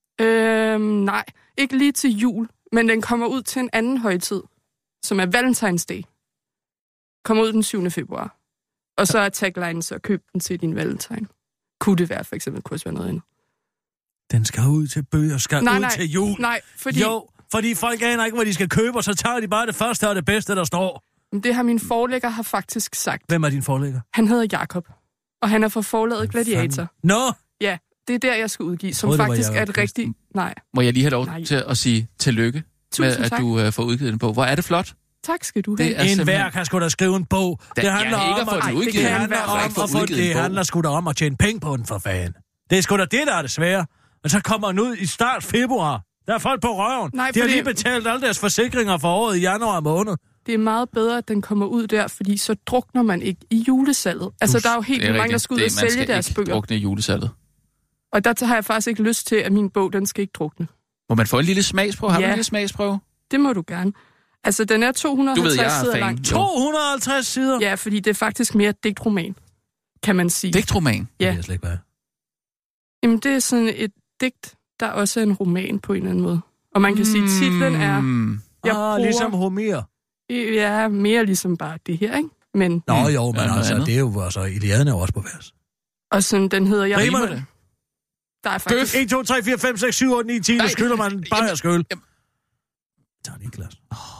Nej, ikke lige til jul, men den kommer ud til en anden højtid, som er Valentine's Day. Kommer ud den 7. februar. Og så er taglinen så, køb den til din valentine. Kunne det være, for eksempel, kunne det være noget andet? Den skal ud til bøger, skal ud til jul. Nej, fordi... Jo, fordi folk aner ikke, hvad de skal købe, og så tager de bare det første og det bedste, der står. Det har min forlægger har faktisk sagt. Hvem er din forlægger? Han hedder Jakob, og han er fra forlaget Gladiator. Nå! Ja, det er der, jeg skal udgive, som troede, det var faktisk er Jacob et rigtigt... Nej. Må jeg lige have lov Nej. til at sige tillykke Tusind med, at tak. du får udgivet den bog. Hvor er det flot. Tak skal du Det have. er En simpelthen- hver kan sgu da skrive en bog. Det handler ikke om at få den Ej, det udgivet. kan det han handler være. om Ikke få at få udgivet en det bog. handler sgu da om at tjene penge på den, for fanden. Det er sgu da det, der er det svære. Og så kommer den ud i start februar. Der er folk på røven. Nej, De har fordi- lige betalt alle deres forsikringer for året i januar måned. Det er meget bedre, at den kommer ud der, fordi så drukner man ikke i julesalget. Altså, der er jo helt Det er vildt mange, der rigtigt. skal ud og Man sælge deres ikke bøger. drukne i julesalget. Og der har jeg faktisk ikke lyst til, at min bog, den skal ikke drukne. Må man få en lille smagsprøve? Har du Ja. en lille smagsprøve? Det må du gerne. Altså, den er 250 Du ved, jeg er sider fan. lang. 250 sider. Ja, fordi det er faktisk mere digtroman, kan man sige. Digtroman. Ja. Det ved jeg slet ikke, hvad er. Jamen, det er sådan et digt, der også er en roman på en eller anden måde. Og man kan sige, at titlen er... Jeg bruger- Ligesom Homer. Ja, mere ligesom bare det her, ikke? Men, Nå jo, men Ja, noget altså, andet. det er jo altså, Iliaden er jo også på vers. og sådan, den hedder... Jeg Rimer rimer det? Der er faktisk... 1, 2, 3, 4, 5, 6, 7, 8, 9, 10, Nej, nu skylder man en bajerskøl. jamen. Tag lige et glas.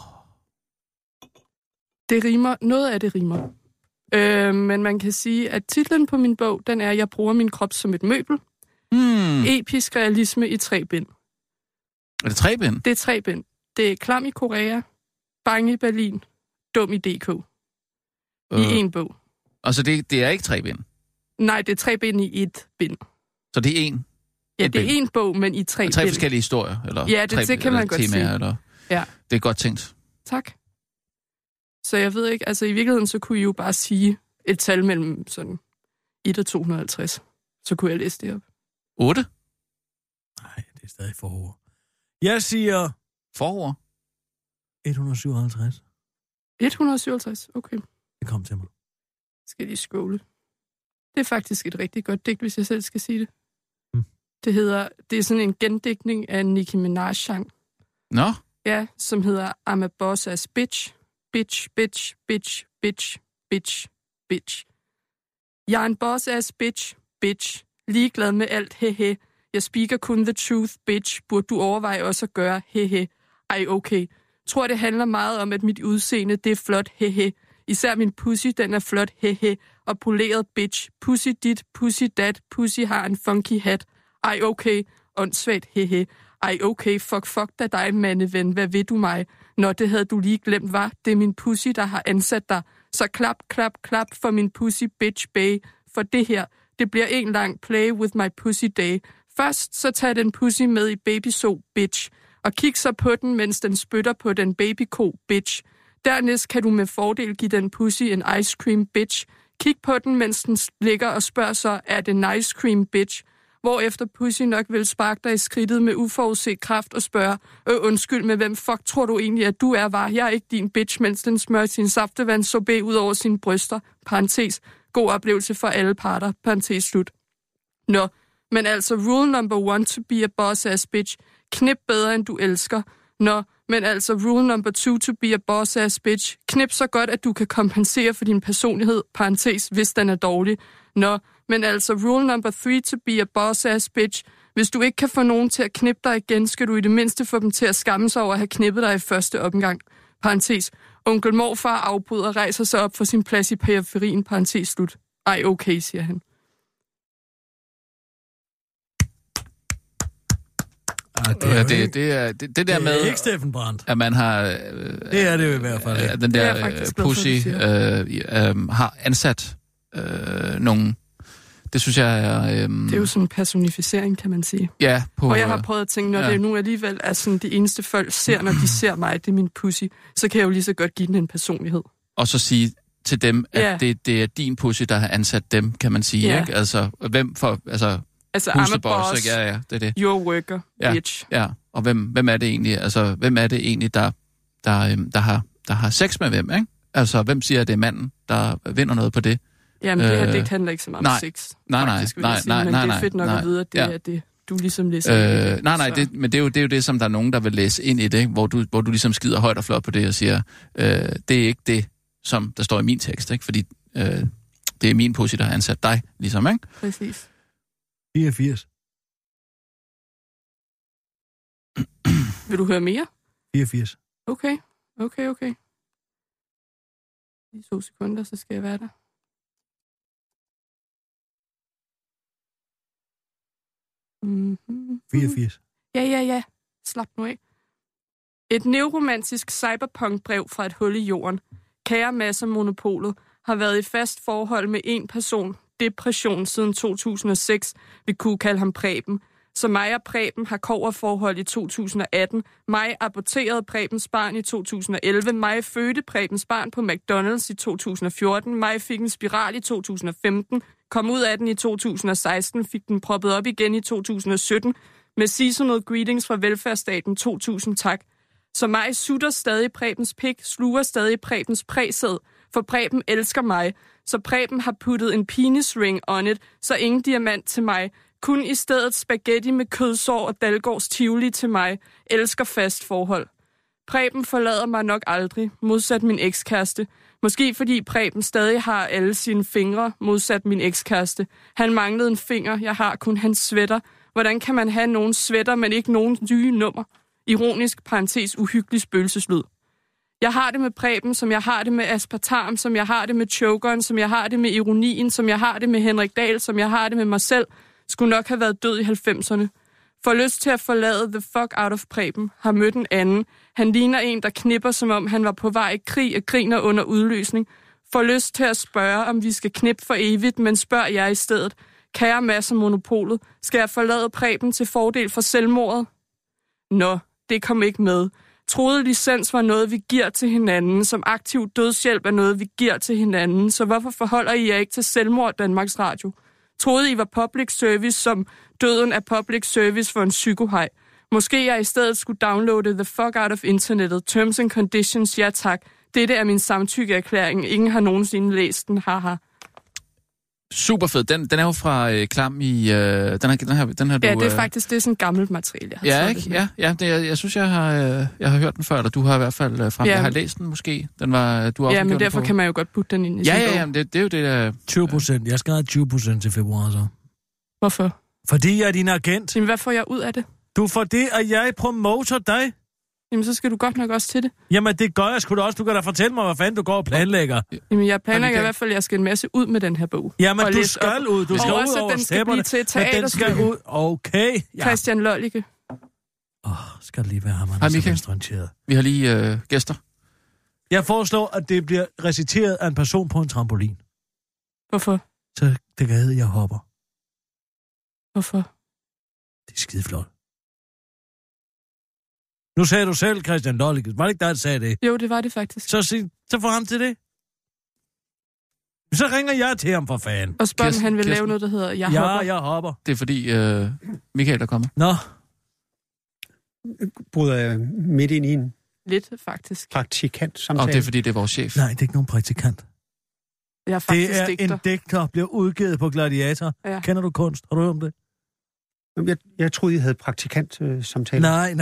Det rimer. Noget af det rimer. Men man kan sige, at titlen på min bog, den er, Jeg bruger min krop som et møbel. Episk realisme i 3 bind. Er det 3 bind? Det er 3 bind. Det er Klam i Korea, Bange i Berlin, Dum i DK. I en bog. Og så det er ikke 3 bind? Nej, det er 3 bind i 1 bind. Så det er en? Ja, Et det er bind. en bog, men i 3 bind. 3 forskellige historier? Eller Ja, det 3, kan man eller godt temaer, sige. eller... Ja. Det er godt tænkt. Tak. Så jeg ved ikke, altså i virkeligheden, så kunne I jo bare sige et tal mellem sådan 1 og 250. Så kunne jeg læse det op. 8? Nej, det er stadig for hårdt. Jeg siger Forår? 157. 157, okay. Det kom til mig. Skal de skåle. Det er faktisk et rigtig godt digt, hvis jeg selv skal sige det. Hmm. Det er sådan en gendigtning af Nicki Minaj-sang. Nå? Ja, som hedder I'm a boss ass bitch. Bitch, bitch, bitch, bitch, bitch, bitch. Jeg er en boss ass bitch, bitch. Ligeglad med alt, hehe. Jeg speaker kun the truth, bitch. Burde du overveje også at gøre, hehe. Ej, okay. Tror, det handler meget om, at mit udseende, det er flot, hehe. Især min pussy, den er flot, hehe. Og poleret, bitch. Pussy dit, pussy dat, pussy har en funky hat. Ej, okay. Åndssvagt, hehe. Ej, okay, fuck da dig, mandeven. Hvad ved du mig? Nå, det havde du lige glemt, var. Det er min pussy, der har ansat dig. Så klap for min pussy, bitch, bay. For det her, det bliver en lang play with my pussy day. Først, så tag den pussy med i babyso, bitch. Og kig så på den, mens den spytter på den babyko, bitch. Dernæst kan du med fordel give den pussy en ice cream, bitch. Kig på den, mens den ligger og spørger så, er det en ice cream, bitch? Hvorefter pussy nok vil sparke dig i skridtet med uforudset kraft og spørge, undskyld, med hvem fuck tror du egentlig, at du er, var? Jeg er ikke din bitch, mens den smører sin saftevandssorbet ud over sine bryster. Parentes. God oplevelse for alle parter. Parentes slut. Nå, men altså rule number 1 to be a boss ass bitch. Knip bedre, end du elsker. Nå, men altså rule number 2 to be a boss ass bitch. Knip så godt, at du kan kompensere for din personlighed. Parentes, hvis den er dårlig. Nå, Men altså, rule number 3 to be a boss-ass bitch. Hvis du ikke kan få nogen til at knippe dig igen, skal du i det mindste få dem til at skamme sig over at have knippet dig i første omgang. Parentes. Onkel morfar afbryder og rejser sig op for sin plads i periferien. Parentes slut. Ej, okay, siger han. Det der med... ikke Steffen Brandt. At man har... det er det jo i hvert fald. Den der pussy har ansat nogen... Det synes jeg er... Det er jo sådan en personificering, kan man sige. Ja, og jeg har prøvet at tænke, når det nu alligevel er sådan, de eneste folk ser, når de ser mig, det er min pussy, så kan jeg jo lige så godt give den en personlighed. Og så sige til dem, at det er din pussy, der har ansat dem, kan man sige, ikke? Altså, hvem for... Altså I'm a boss, ja, det er det. Your worker, bitch. Ja, og hvem er det egentlig? Altså, hvem er det egentlig, der har sex med hvem, ikke? Altså, hvem siger, at det er manden, der vinder noget på det? Jamen, det her digt handler ikke så meget om sex. Nej. Men det er fedt nok at vide, at det er det, du ligesom læser. Men det er jo det, som der er nogen, der vil læse ind i det, hvor du ligesom skider højt og flot på det og siger, det er ikke det, som der står i min tekst, ikke? Fordi det er min pussy, der har ansat dig, ligesom, ikke? Præcis. 84. Vil du høre mere? 84. Okay. I 2 sekunder, så skal jeg være der. Mm-hmm. 84. Ja. Slap nu af. Et neoromantisk cyberpunk-brev fra et hul i jorden. Kære Mads og Monopolet har været i fast forhold med en person, depression siden 2006. Vi kunne kalde ham Preben. Så mig og Preben har kobberforhold i 2018. Mig aborterede Prebens barn i 2011. Mig fødte Prebens barn på McDonald's i 2014. Mig fik en spiral i 2015. Kom ud af den i 2016. Fik den proppet op igen i 2017. Med seasonal greetings fra velfærdsstaten 2000 tak. Så mig sutter stadig Prebens pik, sluger stadig Prebens præsæd. For Preben elsker mig. Så Preben har puttet en penis ring on it, så ingen diamant til mig. Kun i stedet spaghetti med kødsår og Dalgårds Tivoli til mig. Elsker fast forhold. Preben forlader mig nok aldrig, modsat min ekskæreste. Måske fordi Preben stadig har alle sine fingre, modsat min ekskæreste. Han manglede en finger, jeg har kun hans sweater. Hvordan kan man have nogen sweater, men ikke nogen nye nummer? Ironisk, parentes, uhyggelig spøgelseslyd. Jeg har det med Preben, som jeg har det med aspartam, som jeg har det med chokeren, som jeg har det med ironien, som jeg har det med Henrik Dahl, som jeg har det med mig selv. Skulle nok have været død i 90'erne. Får lyst til at forlade the fuck out of Preben. Har mødt en anden. Han ligner en, der knipper, som om han var på vej i krig og griner under udløsning. Får lyst til at spørge, om vi skal knippe for evigt, men spørger jeg i stedet. Kære Mads og Monopolet, skal jeg forlade Preben til fordel for selvmordet? Nå, det kom ikke med. Troede licens var noget, vi giver til hinanden, som aktiv dødshjælp er noget, vi giver til hinanden, så hvorfor forholder I jer ikke til selvmord, Danmarks Radio? Troede I var public service, som døden er public service for en psykohaj. Måske jeg i stedet skulle downloade the fuck out of internettet. Terms and conditions, ja tak. Dette er min samtykkeerklæring. Ingen har nogensinde læst den, haha. Super fed. Den er jo fra Klam i... Den her du, ja, det er faktisk det er sådan gammelt materiale, jeg har ikke? Ja, jeg synes, jeg har hørt den før, eller du har i hvert fald frem. Jeg har læst den måske. Den var, du ja, men derfor kan man jo godt putte den ind i ja, det er jo det der... 20%. Jeg skal have 20% til februar, så. Hvorfor? Fordi jeg er din agent. Jamen, hvad får jeg ud af det? Du får det, at jeg promoter dig. Jamen, så skal du godt nok også til det. Jamen, det gør jeg sgu da også. Du kan da fortælle mig, hvad fanden du går og planlægger. Jamen, jeg planlægger i hvert fald, at jeg skal en masse ud med den her bog. Jamen, du skal ud. Du skal ud over den skal blive til teaterstykke. Den skal ud. Okay. Ja. Christian Lollicke. Skal lige være ham, han er så venstreorienteret. Vi har lige gæster. Jeg foreslår, at det bliver reciteret af en person på en trampolin. Hvorfor? Så det kan hedde, jeg hopper. Hvorfor? Det er skideflot. Nu sagde du selv, Christian Lollicke. Var det ikke dig, der sagde det? Jo, det var det faktisk. Så få ham til det. Så ringer jeg til ham for fanden. Og spørger, han vil lave noget, der hedder Jeg hopper. Ja, jeg hopper. Det er fordi Michael er kommet. Nå. Bryder jeg midt ind i en... Lidt, faktisk. Praktikant-samtale. Og det er fordi, det er vores chef. Nej, det er ikke nogen praktikant. Jeg er faktisk det er digter. En digter, bliver udgivet på Gladiator. Ja. Kender du kunst? Har du hørt om det? Jeg troede, I havde praktikant-samtale. Nej.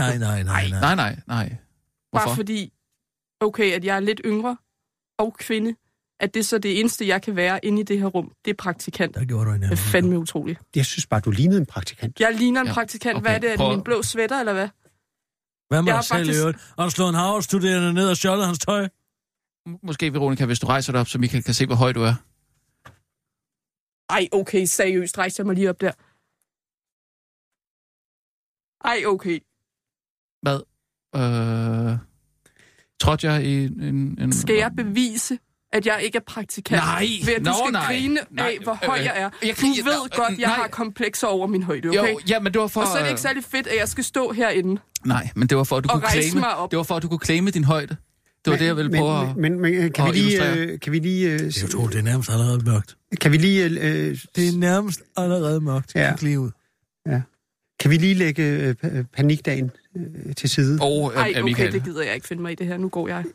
Nej. Hvorfor? Bare fordi, okay, at jeg er lidt yngre og kvinde, at det så det eneste, jeg kan være inde i det her rum, det er praktikant. Der gjorde du en Det er fandme utroligt. Jeg synes bare, du lignede en praktikant. Jeg ligner en praktikant. Okay. Hvad er det? Er det min blå sweater, eller hvad? Hvad med dig selv i øvrigt? Har du slået en Harvard-studerende ned og stjålet hans tøj? Måske, Veronica, hvis du rejser dig op, så Michael kan se, hvor høj du er. Ej, okay, seriøst. Rejser mig lige op der. Ej, okay. Hvad? Trådte jeg i en... Skal jeg bevise, at jeg ikke er praktikant? Nej! Ved at du skal grine af, hvor høj jeg er. Du ved godt, jeg har komplekser over min højde, okay? Jo, ja, men det var for... Og så er det ikke særlig fedt, at jeg skal stå herinde. Nej, men det var for, at du kunne claime... Det var for, at du kunne claime din højde. Det var det, jeg ville prøve at... Men kan vi lige... Jeg tror, det er nærmest allerede mørkt. Kan vi lige... Det er nærmest allerede mørkt. Ja. Kig lige ud. Ja. Kan vi lige lægge panikdagen til side? Ej, okay, det gider jeg ikke finde mig i det her. Nu går jeg.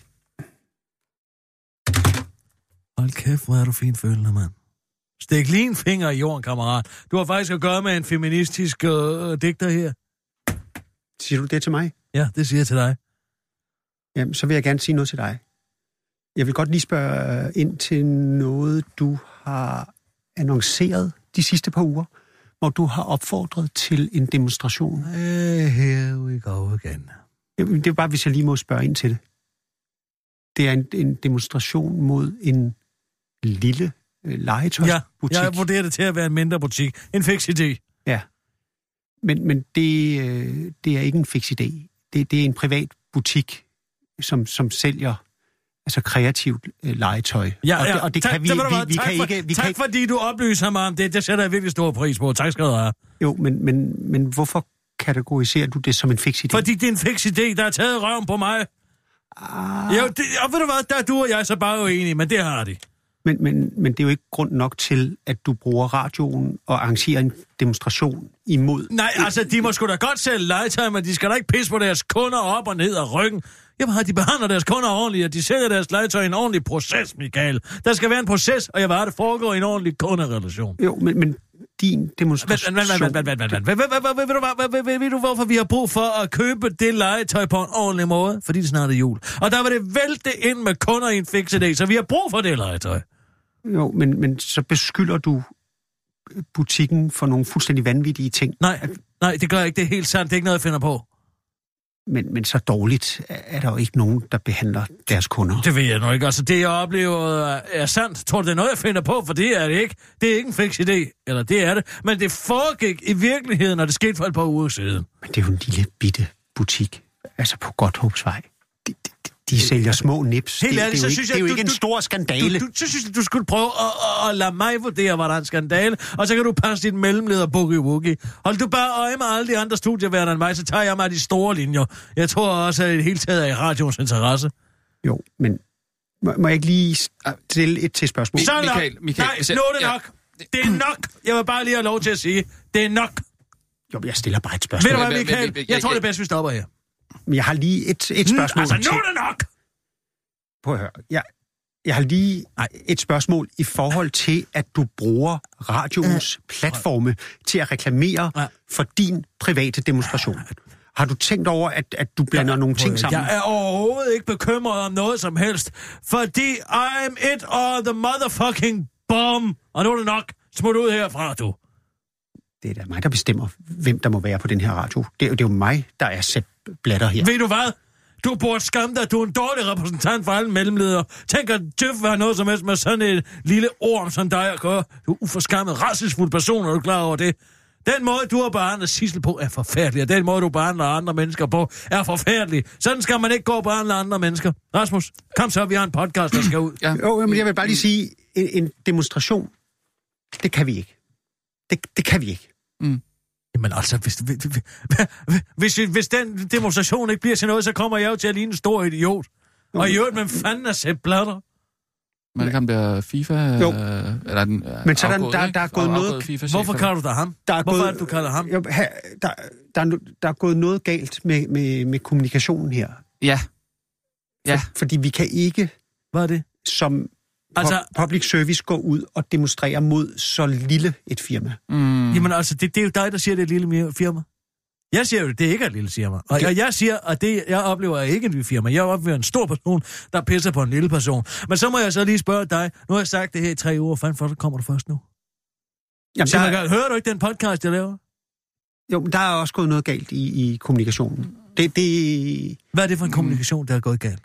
Hold kæft, hvor er du finfølende, mand. Stik lige en finger i jorden, kammerat. Du har faktisk at gøre med en feministisk digter her. Siger du det til mig? Ja, det siger jeg til dig. Jamen, så vil jeg gerne sige noget til dig. Jeg vil godt lige spørge ind til noget, du har annonceret de sidste par uger, hvor du har opfordret til en demonstration. Here we go again. Det er bare, hvis jeg lige må spørge ind til det. Det er en demonstration mod en lille legetøjsbutik. Ja, jeg vurderer det til at være en mindre butik. En fix idé. Ja. Men det er ikke en fix idé. Det er en privat butik, som sælger altså kreativt legetøj. Ja, og det kan vi ikke... Tak fordi du oplyser mig om det. Det sætter jeg virkelig stor pris på. Tak skal du have. Jo, men hvorfor kategoriserer du det som en fix idé? Fordi det er en fix idé, der har taget røven på mig. Jo, og ved du hvad, der er du og jeg så bare uenige, men det har de. Men det er jo ikke grund nok til, at du bruger radioen og arrangerer en demonstration imod... Nej, altså, de må sgu da godt sælge legetøj, men de skal da ikke pisse på deres kunder op og ned af ryggen. Jamen, de behandler deres kunder ordentligt, og de sælger deres legetøj i en ordentlig proces, Michael. Der skal være en proces, og jeg vil have det foregår i en ordentlig kunderelation. Jo, men din demonstration... Ved du, hvorfor vi har brug for at købe det legetøj på en ordentlig måde? Fordi det snart er jul. Og der var det vælte ind med kunder i en fix idé, så vi har brug for det legetøj. Jo, men så beskylder du butikken for nogle fuldstændig vanvittige ting. Nej, det gør jeg ikke. Det er helt sandt. Det er ikke noget, jeg finder på. Men så dårligt er der jo ikke nogen, der behandler deres kunder. Det ved jeg nok ikke. Altså, det jeg oplever er sandt. Tror du, det er noget, jeg finder på? For det er det ikke. Det er ikke en fix idé. Eller det er det. Men det foregik i virkeligheden, og det skete for et par uger siden. Men det er jo en lille bitte butik. Altså på Godthåbsvej. De sælger små nips. Det er jo ikke en stor skandale. Så synes jeg, du skulle prøve at lade mig vurdere, hvad der er en skandale, og så kan du passe dit mellemleder boogie-woogie. Hold du bare øje med alle de andre studieværter end mig, så tager jeg mig de store linjer. Jeg tror også, at det hele taget er i radioens interesse. Jo, men må jeg ikke lige stille et til spørgsmål? Så Michael, nej, nu er det nok. Det er nok. Jeg vil bare lige have lov til at sige, det er nok. Jo, jeg stiller bare et spørgsmål. Ved du hvad, Michael? Jeg tror, det er bedst, vi stopper her. Men jeg har lige et spørgsmål. Altså, nu er det nok! Prøv at høre. Jeg har lige et spørgsmål i forhold til, at du bruger radioens platforme til at reklamere for din private demonstration. Har du tænkt over, at du blander nogle ting sammen? Jeg er overhovedet ikke bekymret om noget som helst, fordi I'm it or the motherfucking bomb. Og nu er det nok. Smut ud herfra, du. Det er da mig, der bestemmer, hvem der må være på den her radio. Det er jo mig, der er Sepp Blatter her. Ved du hvad? Du burde skamme dig, du er en dårlig repræsentant for alle mellemledere. Tænk at Døf har noget som helst med sådan et lille orm som dig at gøre. Du er uforskammet, rædselsfuld person, er du klar over det? Den måde, du har behandlet Sissel på, er forfærdelig, og den måde, du behandler andre mennesker på, er forfærdelig. Sådan skal man ikke gå og behandle andre mennesker. Rasmus, kom så, vi har en podcast, der skal ud. Ja. Jo, men jeg vil bare lige sige, en demonstration, det kan vi ikke. Det kan vi ikke. Jamen altså, hvis den demonstration ikke bliver til noget, så kommer jeg jo til at ligne en stor idiot. Og i øvrigt, hvem fanden er Sepp Blatter? Men det kan være FIFA... Jo. Eller den, men så der er gået noget... Hvorfor kalder du da ham? Hvorfor er det, du kalder ham? Jo, der er gået noget galt med kommunikationen her. Ja. Fordi vi kan ikke... Hvad er det? Som public service gå ud og demonstrere mod så lille et firma. Jamen altså, det er jo dig, der siger, det er et lille firma. Jeg siger jo, det ikke er et lille firma. Og jeg siger, at det, jeg oplever ikke et lille firma. Jeg oplever en stor person, der pisser på en lille person. Men så må jeg så lige spørge dig. Nu har jeg sagt det her i 3 uger. Fanden for, så kommer du først nu? Jamen, hører du ikke den podcast, jeg laver? Jo, men der er også gået noget galt i kommunikationen. Det... Hvad er det for en kommunikation, der er gået galt?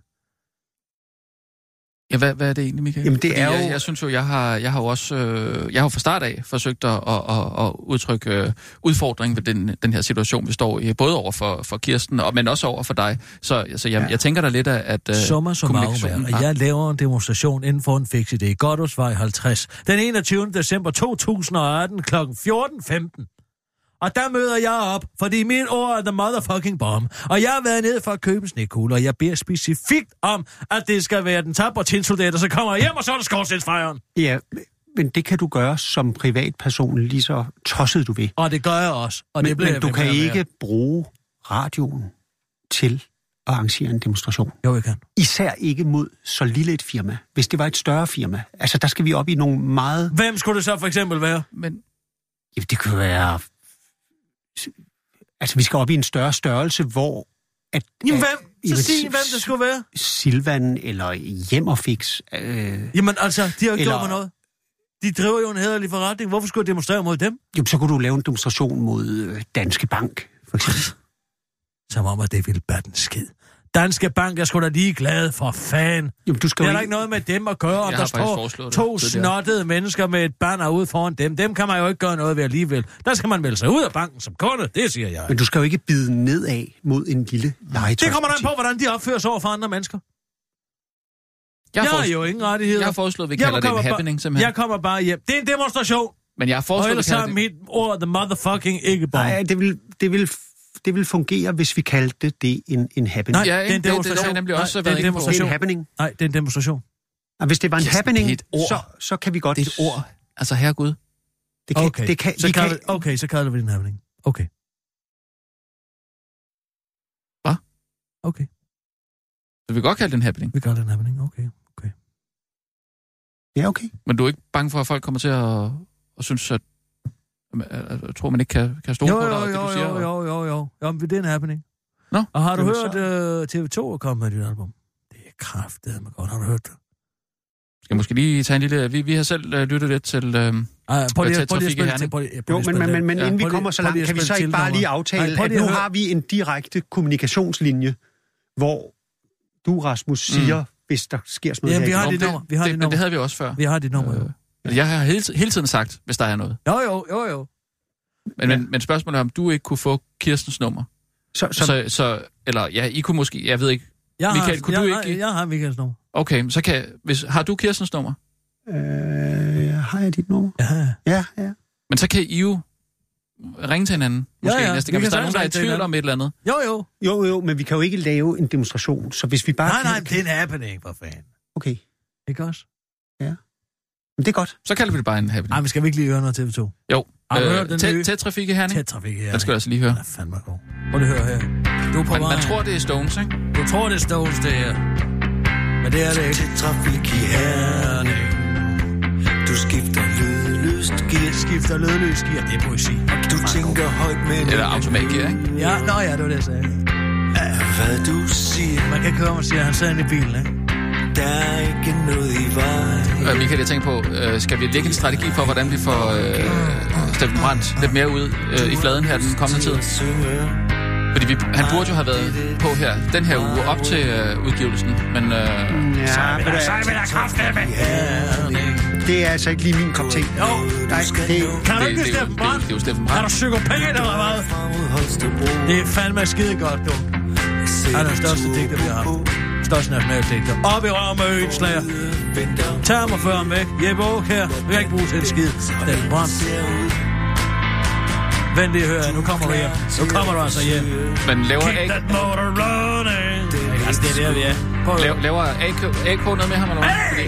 Ja, hvad er det egentlig, Michael? Jamen, det er jo... Jeg synes jo, jeg har jo også... jeg har fra start af forsøgt at udtrykke udfordring ved den her situation, vi står i. Både over for Kirsten, men også over for dig. Så jeg tænker da lidt, at kommunikationen... Og jeg laver en demonstration inden for en fix idé. Goddersvej 50. Den 21. december 2018 kl. 14.15. Og der møder jeg op, fordi min ord er the motherfucking bomb. Og jeg har været nede for at købe en snekugler, og jeg beder specifikt om, at det skal være den tapre tinsoldat, og så kommer jeg hjem, og så er det skorstensfejren. Ja, men det kan du gøre som privatperson, lige så tosset du vil. Og det gør jeg også. Og men du kan ikke bruge radioen til at arrangere en demonstration. Jo, jeg kan. Især ikke mod så lille et firma. Hvis det var et større firma. Altså, der skal vi op i nogle meget... Hvem skulle det så for eksempel være? Men... Ja, det kunne være... Altså, vi skal op i en større størrelse, hvor... Jamen, hvem? Så sig, hvem det skulle være? Silvan eller Hjemmerfix. Jamen, altså, de har jo ikke gjort mig noget. De driver jo en hæderlig forretning. Hvorfor skulle jeg demonstrere mod dem? Jo, så kunne du lave en demonstration mod Danske Bank, for eksempel. Som om, at det ville bare den skid. Danske Bank er sgu da lige glad for fan. Jamen, du skal det er ikke noget med dem at gøre, om der står 2 snottede mennesker med et banner ude foran dem. Dem kan man jo ikke gøre noget ved alligevel. Der skal man melde sig ud af banken som kunde, det siger jeg. Men du skal jo ikke bide nedad mod en lille legetøj. Det kommer an på, hvordan de opfører sig over for andre mennesker. Jeg har jo ingen rettigheder. Jeg har foreslået, at vi kalder det en happening, simpelthen. Jeg kommer bare hjem. Det er en demonstration. Men jeg har foreslået, og ellers har mit ord, the motherfucking ikke bomb. Nej, det vil fungere, hvis vi kaldte det en happening. Nej, det er en demonstration. Det er nemlig også det er en happening. Nej, det er en demonstration. Og hvis det var en happening, så kan vi godt... Det er et ord. Altså, herregud. Så kalder vi det en happening. Okay. Hvad? Okay. Så vi kan godt kalde det en happening? Vi kalder det en happening, okay. Ja, okay. Men du er ikke bange for, at folk kommer til at synes, at jeg tror, man ikke kan stole på dig, det du siger? Jo. Jamen, det er en happening. Nå, og har du hørt TV2 er kommet med dit album? Det er kraftedeme godt. Har du hørt det? Skal jeg måske lige tage en lille... Vi har selv lyttet lidt til Trafik i Herning. Jo, men inden vi kommer så langt, kan vi så ikke bare lige aftale, at nu har vi en direkte kommunikationslinje, hvor du, Rasmus, siger, hvis der sker sådan noget. Jamen, vi har dit nummer. Men det havde vi også før. Vi har dit nummer, Jeg har hele tiden sagt, hvis der er noget. Jo. Men spørgsmålet er, om du ikke kunne få Kirstens nummer. Eller I kunne måske... Jeg ved ikke. Michael, kunne du ikke... Jeg har Michaels nummer. Okay, så har du Kirstens nummer? Har jeg dit nummer? Ja. Men så kan I jo ringe til hinanden. Måske næste gang, hvis der er nogen, der er i tvivl om et eller andet. Jo, men vi kan jo ikke lave en demonstration, så hvis vi bare... Nej, det er en happening, for fanden. Okay. Ikke også? Ja. Men det er godt. Så kalder vi det bare en happening. Nej, men skal vi ikke lige høre noget TV2? Jo. Har du hørt den nye? Tæt Trafik i Herning? Tæt Trafik i Herning. Den skal du altså lige høre. Den er fandme god. Prøv lige at høre her. Du er på vej. Man tror, det er Stones, ikke? Du tror, det er Stones, det her. Men det er det ikke. Tæt Trafik i Herning. Du skifter lydløst gear. Det er poesi. Du tænker højt, men... Eller automatgear, ikke? Ja, det var det, jeg sagde. Hvad du siger... Man kan køre og sige, at han sidder i bilen, ikke? Der er ikke noget i vejen. Michael, jeg tænker på, skal vi lægge en strategi for, hvordan vi får Steffen Brandt lidt mere ud i fladen her den kommende tid? Fordi han burde jo have været på her den her uge op til udgivelsen, men... Så vil der kraftedeme. Det er altså ikke lige min kop te. Jo, kan du ikke Steffen Brandt? Det er jo Steffen Brandt. Er du psykopat eller hvad? Det er fandme skide godt, du. Han er den største digter, vi har haft. Største nationaldigter. Op i røven med øjenslager. Tag mig før ham væk. Jeppe Auk her. Vi kan ikke bruge til en skid. Steffen Brandt. Vent lige, hør. Nu kommer du hjem. Nu kommer du altså hjem. Men laver Keep that motor running. Altså, det er der, vi er. Laver AK noget med ham eller hvad?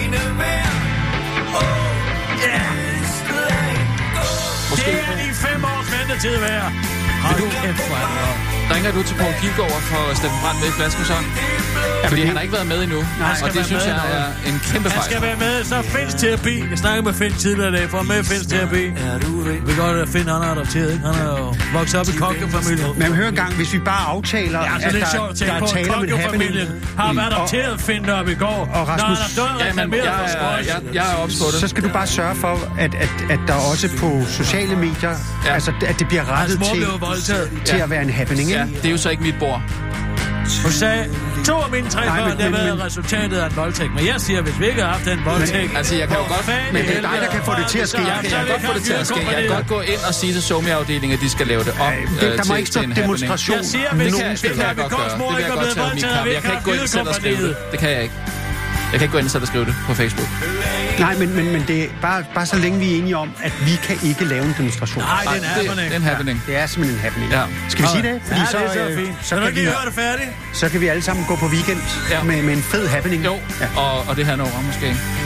Måske... Det er de 5 års ventetid værd. Hold kæft, hvor er det godt. Ringer du til Poul Pilgaard for Steffen Brandt med i flasken så? Fordi han har ikke været med endnu, og det synes jeg er en kæmpe fejl. Han skal være med, så Finns terapi. Jeg snakkede med Finn tidligere i dag, for med Finns terapi. Vi kan godt at Finn, han er adopteret, ikke? Han er jo vokset op i kokkefamilien. Men hør en gang, hvis vi bare aftaler, at der er tale om en happening. Har været adopteret Finn op i går. Og Rasmus, jeg er ops på det. Så skal du bare sørge for, at der også på sociale medier, altså at det bliver rettet til at være en happening, ikke? Ja, det er jo så ikke mit bord. Hun sagde, 2 af mine 3 børn, det har været resultatet af en voldtægt. Men jeg siger, hvis vi ikke har haft den voldtægt... Altså, jeg kan jo godt... Men det er dig, der kan få det til at ske. Jeg kan godt få det til at ske. Jeg kan godt gå ind og sige til Somi-afdelingen, at de skal lave det om der må ikke stå demonstration. Jeg siger, hvis det kan vi godt små ikke er blevet voldtaget, jeg kan ikke gå ind selv og skrive det. Det kan jeg ikke. Jeg kan ikke gå ind og skrive det på Facebook. Nej, men det er bare så længe vi er enige om, at vi kan ikke lave en demonstration. Nej, det er en happening. Det er simpelthen en happening. Ja. Skal vi sige det? Fordi det er så fint. Så kan du ikke høre det færdigt? Så kan vi alle sammen gå på weekend med en fed happening. Jo, og det her når måske.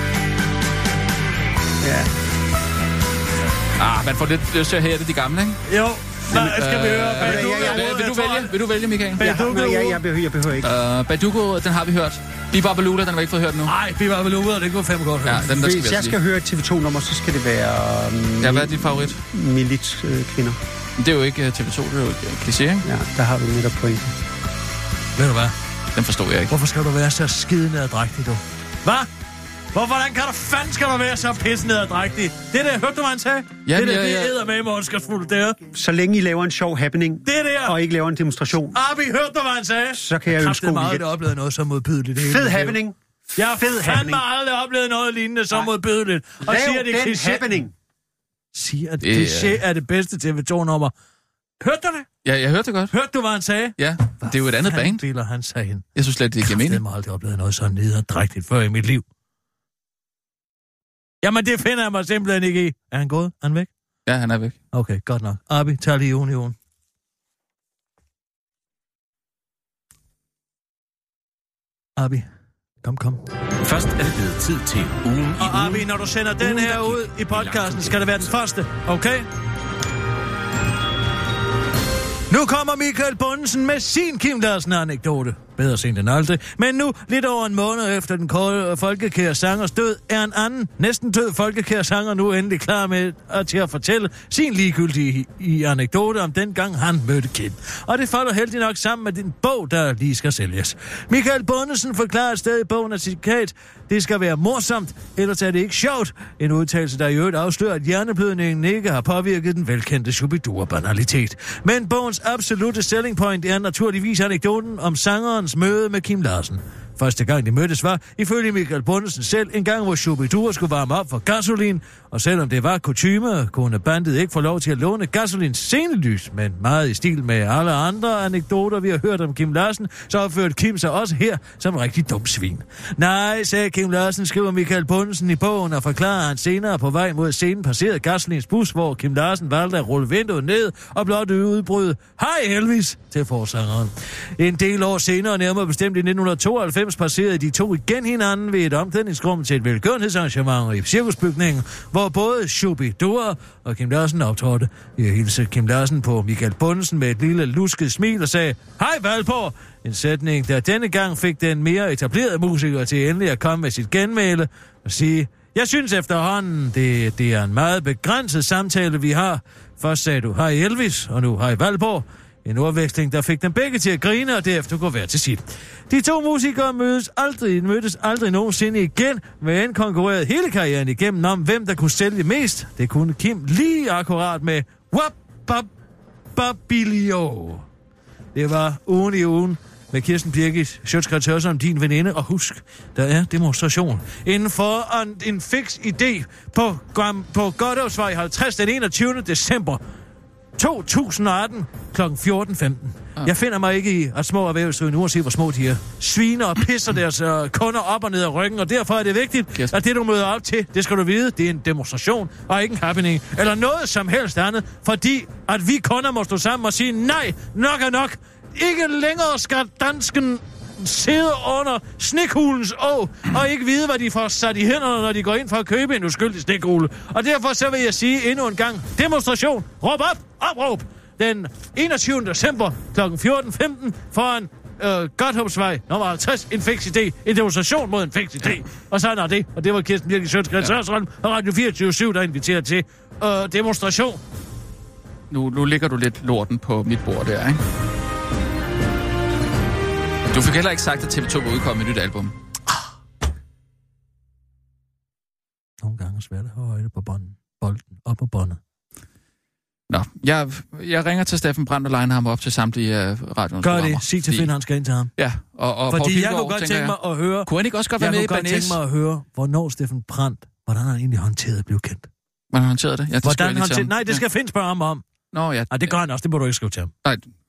Ja. Man får lidt lyst til at høre det de gamle, ikke? Jo. Skal vi høre Vil du vælge, Michael? Jeg behøver ikke. Badugo, den har vi hørt. Biba Balula, den har vi ikke fået hørt nu. Nej, Biba Balula, det går 5 godt. Ja, den der Hvis jeg skal høre TV2-nummer, så skal det være... hvad er dit favorit? Milit-kvinder. Det er jo ikke TV2, det er jo kliché, ikke? Ja, der har du netop pointe. Ved du hvad? Den forstår jeg ikke. Hvorfor skal du være så skidenederdrægtig, du? Hvad? Hvordan skal du være så pissenederdrægtig? Det der, hørte du, hvad han sagde? Ja, det der, det æder med i morgenskabsfuldt, det er. Så længe I laver en sjov happening, og ikke laver en demonstration. Abi, hørte du, hvad han sagde? Så kan jeg ønske god weekend. Jeg har oplevet noget så modbydeligt. Fed happening. Jeg har fandme aldrig oplevet noget lignende så modbydeligt. Og siger, det den happening. Siger, at kliché er det bedste TV2-nummer. Hørte du det? Ja, jeg hørte det godt. Hørte du, hvad han sagde? Ja, det er jo et andet band. Biler, han sagde. Jeg synes slet, det giver mening. Jeg har aldrig oplevet noget så nederdrægtigt før i mit liv. Jamen, det finder jeg mig simpelthen ikke i. Er han gået? Er han væk? Ja, han er væk. Okay, godt nok. Abi, tag lige ugen. Abi, kom. Først er det blevet tid til ugen i og Abi, når du sender den her ud i podcasten, skal det være den første, okay? Nu kommer Michael Bundesen med sin Kim Larsen-anekdote. Bedre sent end aldrig. Men nu, lidt over en måned efter den kolde folkekære sangers død, er en anden, næsten død folkekære sanger nu endelig klar med til at fortælle sin ligegyldige anekdote om dengang han mødte Kim. Og det falder heldig nok sammen med den bog, der lige skal sælges. Michael Bundesen forklarer et sted i bogen af citat, det skal være morsomt, ellers er det ikke sjovt. En udtalelse, der i øvrigt afslører, at hjerneblødningen ikke har påvirket den velkendte Shubidur-banalitet. Men bogens absolute selling point er naturligvis anekdoten om sangerens møde med Kim Larsen. Første gang de mødtes var, ifølge Michael Bundesen selv, en gang hvor Shubidur skulle varme op for Gasolin, og selvom det var kutyme, kunne bandet ikke få lov til at låne Gasolins scenelys, men meget i stil med alle andre anekdoter, vi har hørt om Kim Larsen, så opførte Kim sig også her som en rigtig dum svin. Nej, sagde Kim Larsen, skriver Michael Bundesen i bogen, og forklarer han senere på vej mod scenen passerede Gasolins bus, hvor Kim Larsen valgte at rulle vinduet ned og blot udbryde "Hej Elvis" til forsangeren. En del år senere, nærmere bestemt i 1992, passerede de to igen hinanden ved et omklædningsrum til et velgørenhedsarrangement i cirkusbygningen, hvor både Shubidur og Kim Larsen optrådte. Jeg hilste Kim Larsen på Michael Bundesen med et lille lusket smil og sagde, "Hej Valborg!" En sætning, der denne gang fik den mere etablerede musiker til endelig at komme med sit genmæle og sige, "Jeg synes efterhånden, det er en meget begrænset samtale, vi har. Først sagde du, hej Elvis, og nu hej Valborg." En ordveksling, der fik dem begge til at grine, og derefter gå hver til sit. De to musikere mødtes aldrig nogensinde igen, men konkurrerede hele karrieren igennem om, hvem der kunne sælge mest. Det kunne Kim lige akkurat med Wap-Bap-Babilio. Det var ugen i ugen med Kirsten Birgit, Sjøtskredsørs om din veninde, og husk, der er demonstration inden for en fix idé på Godthåbsvej 50 den 21. december 2018 kl. 14.15. Jeg finder mig ikke i, at små erhvervsdrivende, uanset hvor små de er, sviner og pisser deres kunder op og ned af ryggen, og derfor er det vigtigt, at det du møder op til, det skal du vide, det er en demonstration, og ikke en happening, eller noget som helst andet, fordi at vi kunder må stå sammen og sige, nej, nok er nok, ikke længere skal dansken sidde under snekulens å, og ikke vide, hvad de får sat i hænderne, når de går ind for at købe en uskyldig snekugle. Og derfor så vil jeg sige endnu en gang, demonstration, råb op, opråb, den 21. december kl. 14.15 foran Godthåbsvej, nummer 50, en fix idé. En demonstration mod en fix idé. Ja. Og sådan er det. Og det var Kirsten Birgit Sjøtskreds Hørsholm og Radio 24/7, der inviterer til demonstration. Nu ligger du lidt lorten på mit bord der, ikke? Du fik heller ikke sagt, at TV2 vil udkomme et nyt album. Nogle gange svært at have højde på bolden og på båndet. Nå, jeg ringer til Steffen Brandt og legner ham op til samtlige radioens programmer. Gør det. Sig til Finn, han skal ind til ham. Ja, og fordi jeg kunne godt tænke mig at høre... Kunne han ikke også godt være med i Banæs? Jeg kunne godt tænke mig at høre, hvornår Steffen Brandt, hvordan han egentlig håndteret at blive kendt. Hvordan han håndterede det? Ja, det hvordan håndterede... Nej, det skal Finn spørge ham om. Nå, ja. Det gør han også, det må du ikke skrive til ham. Nej,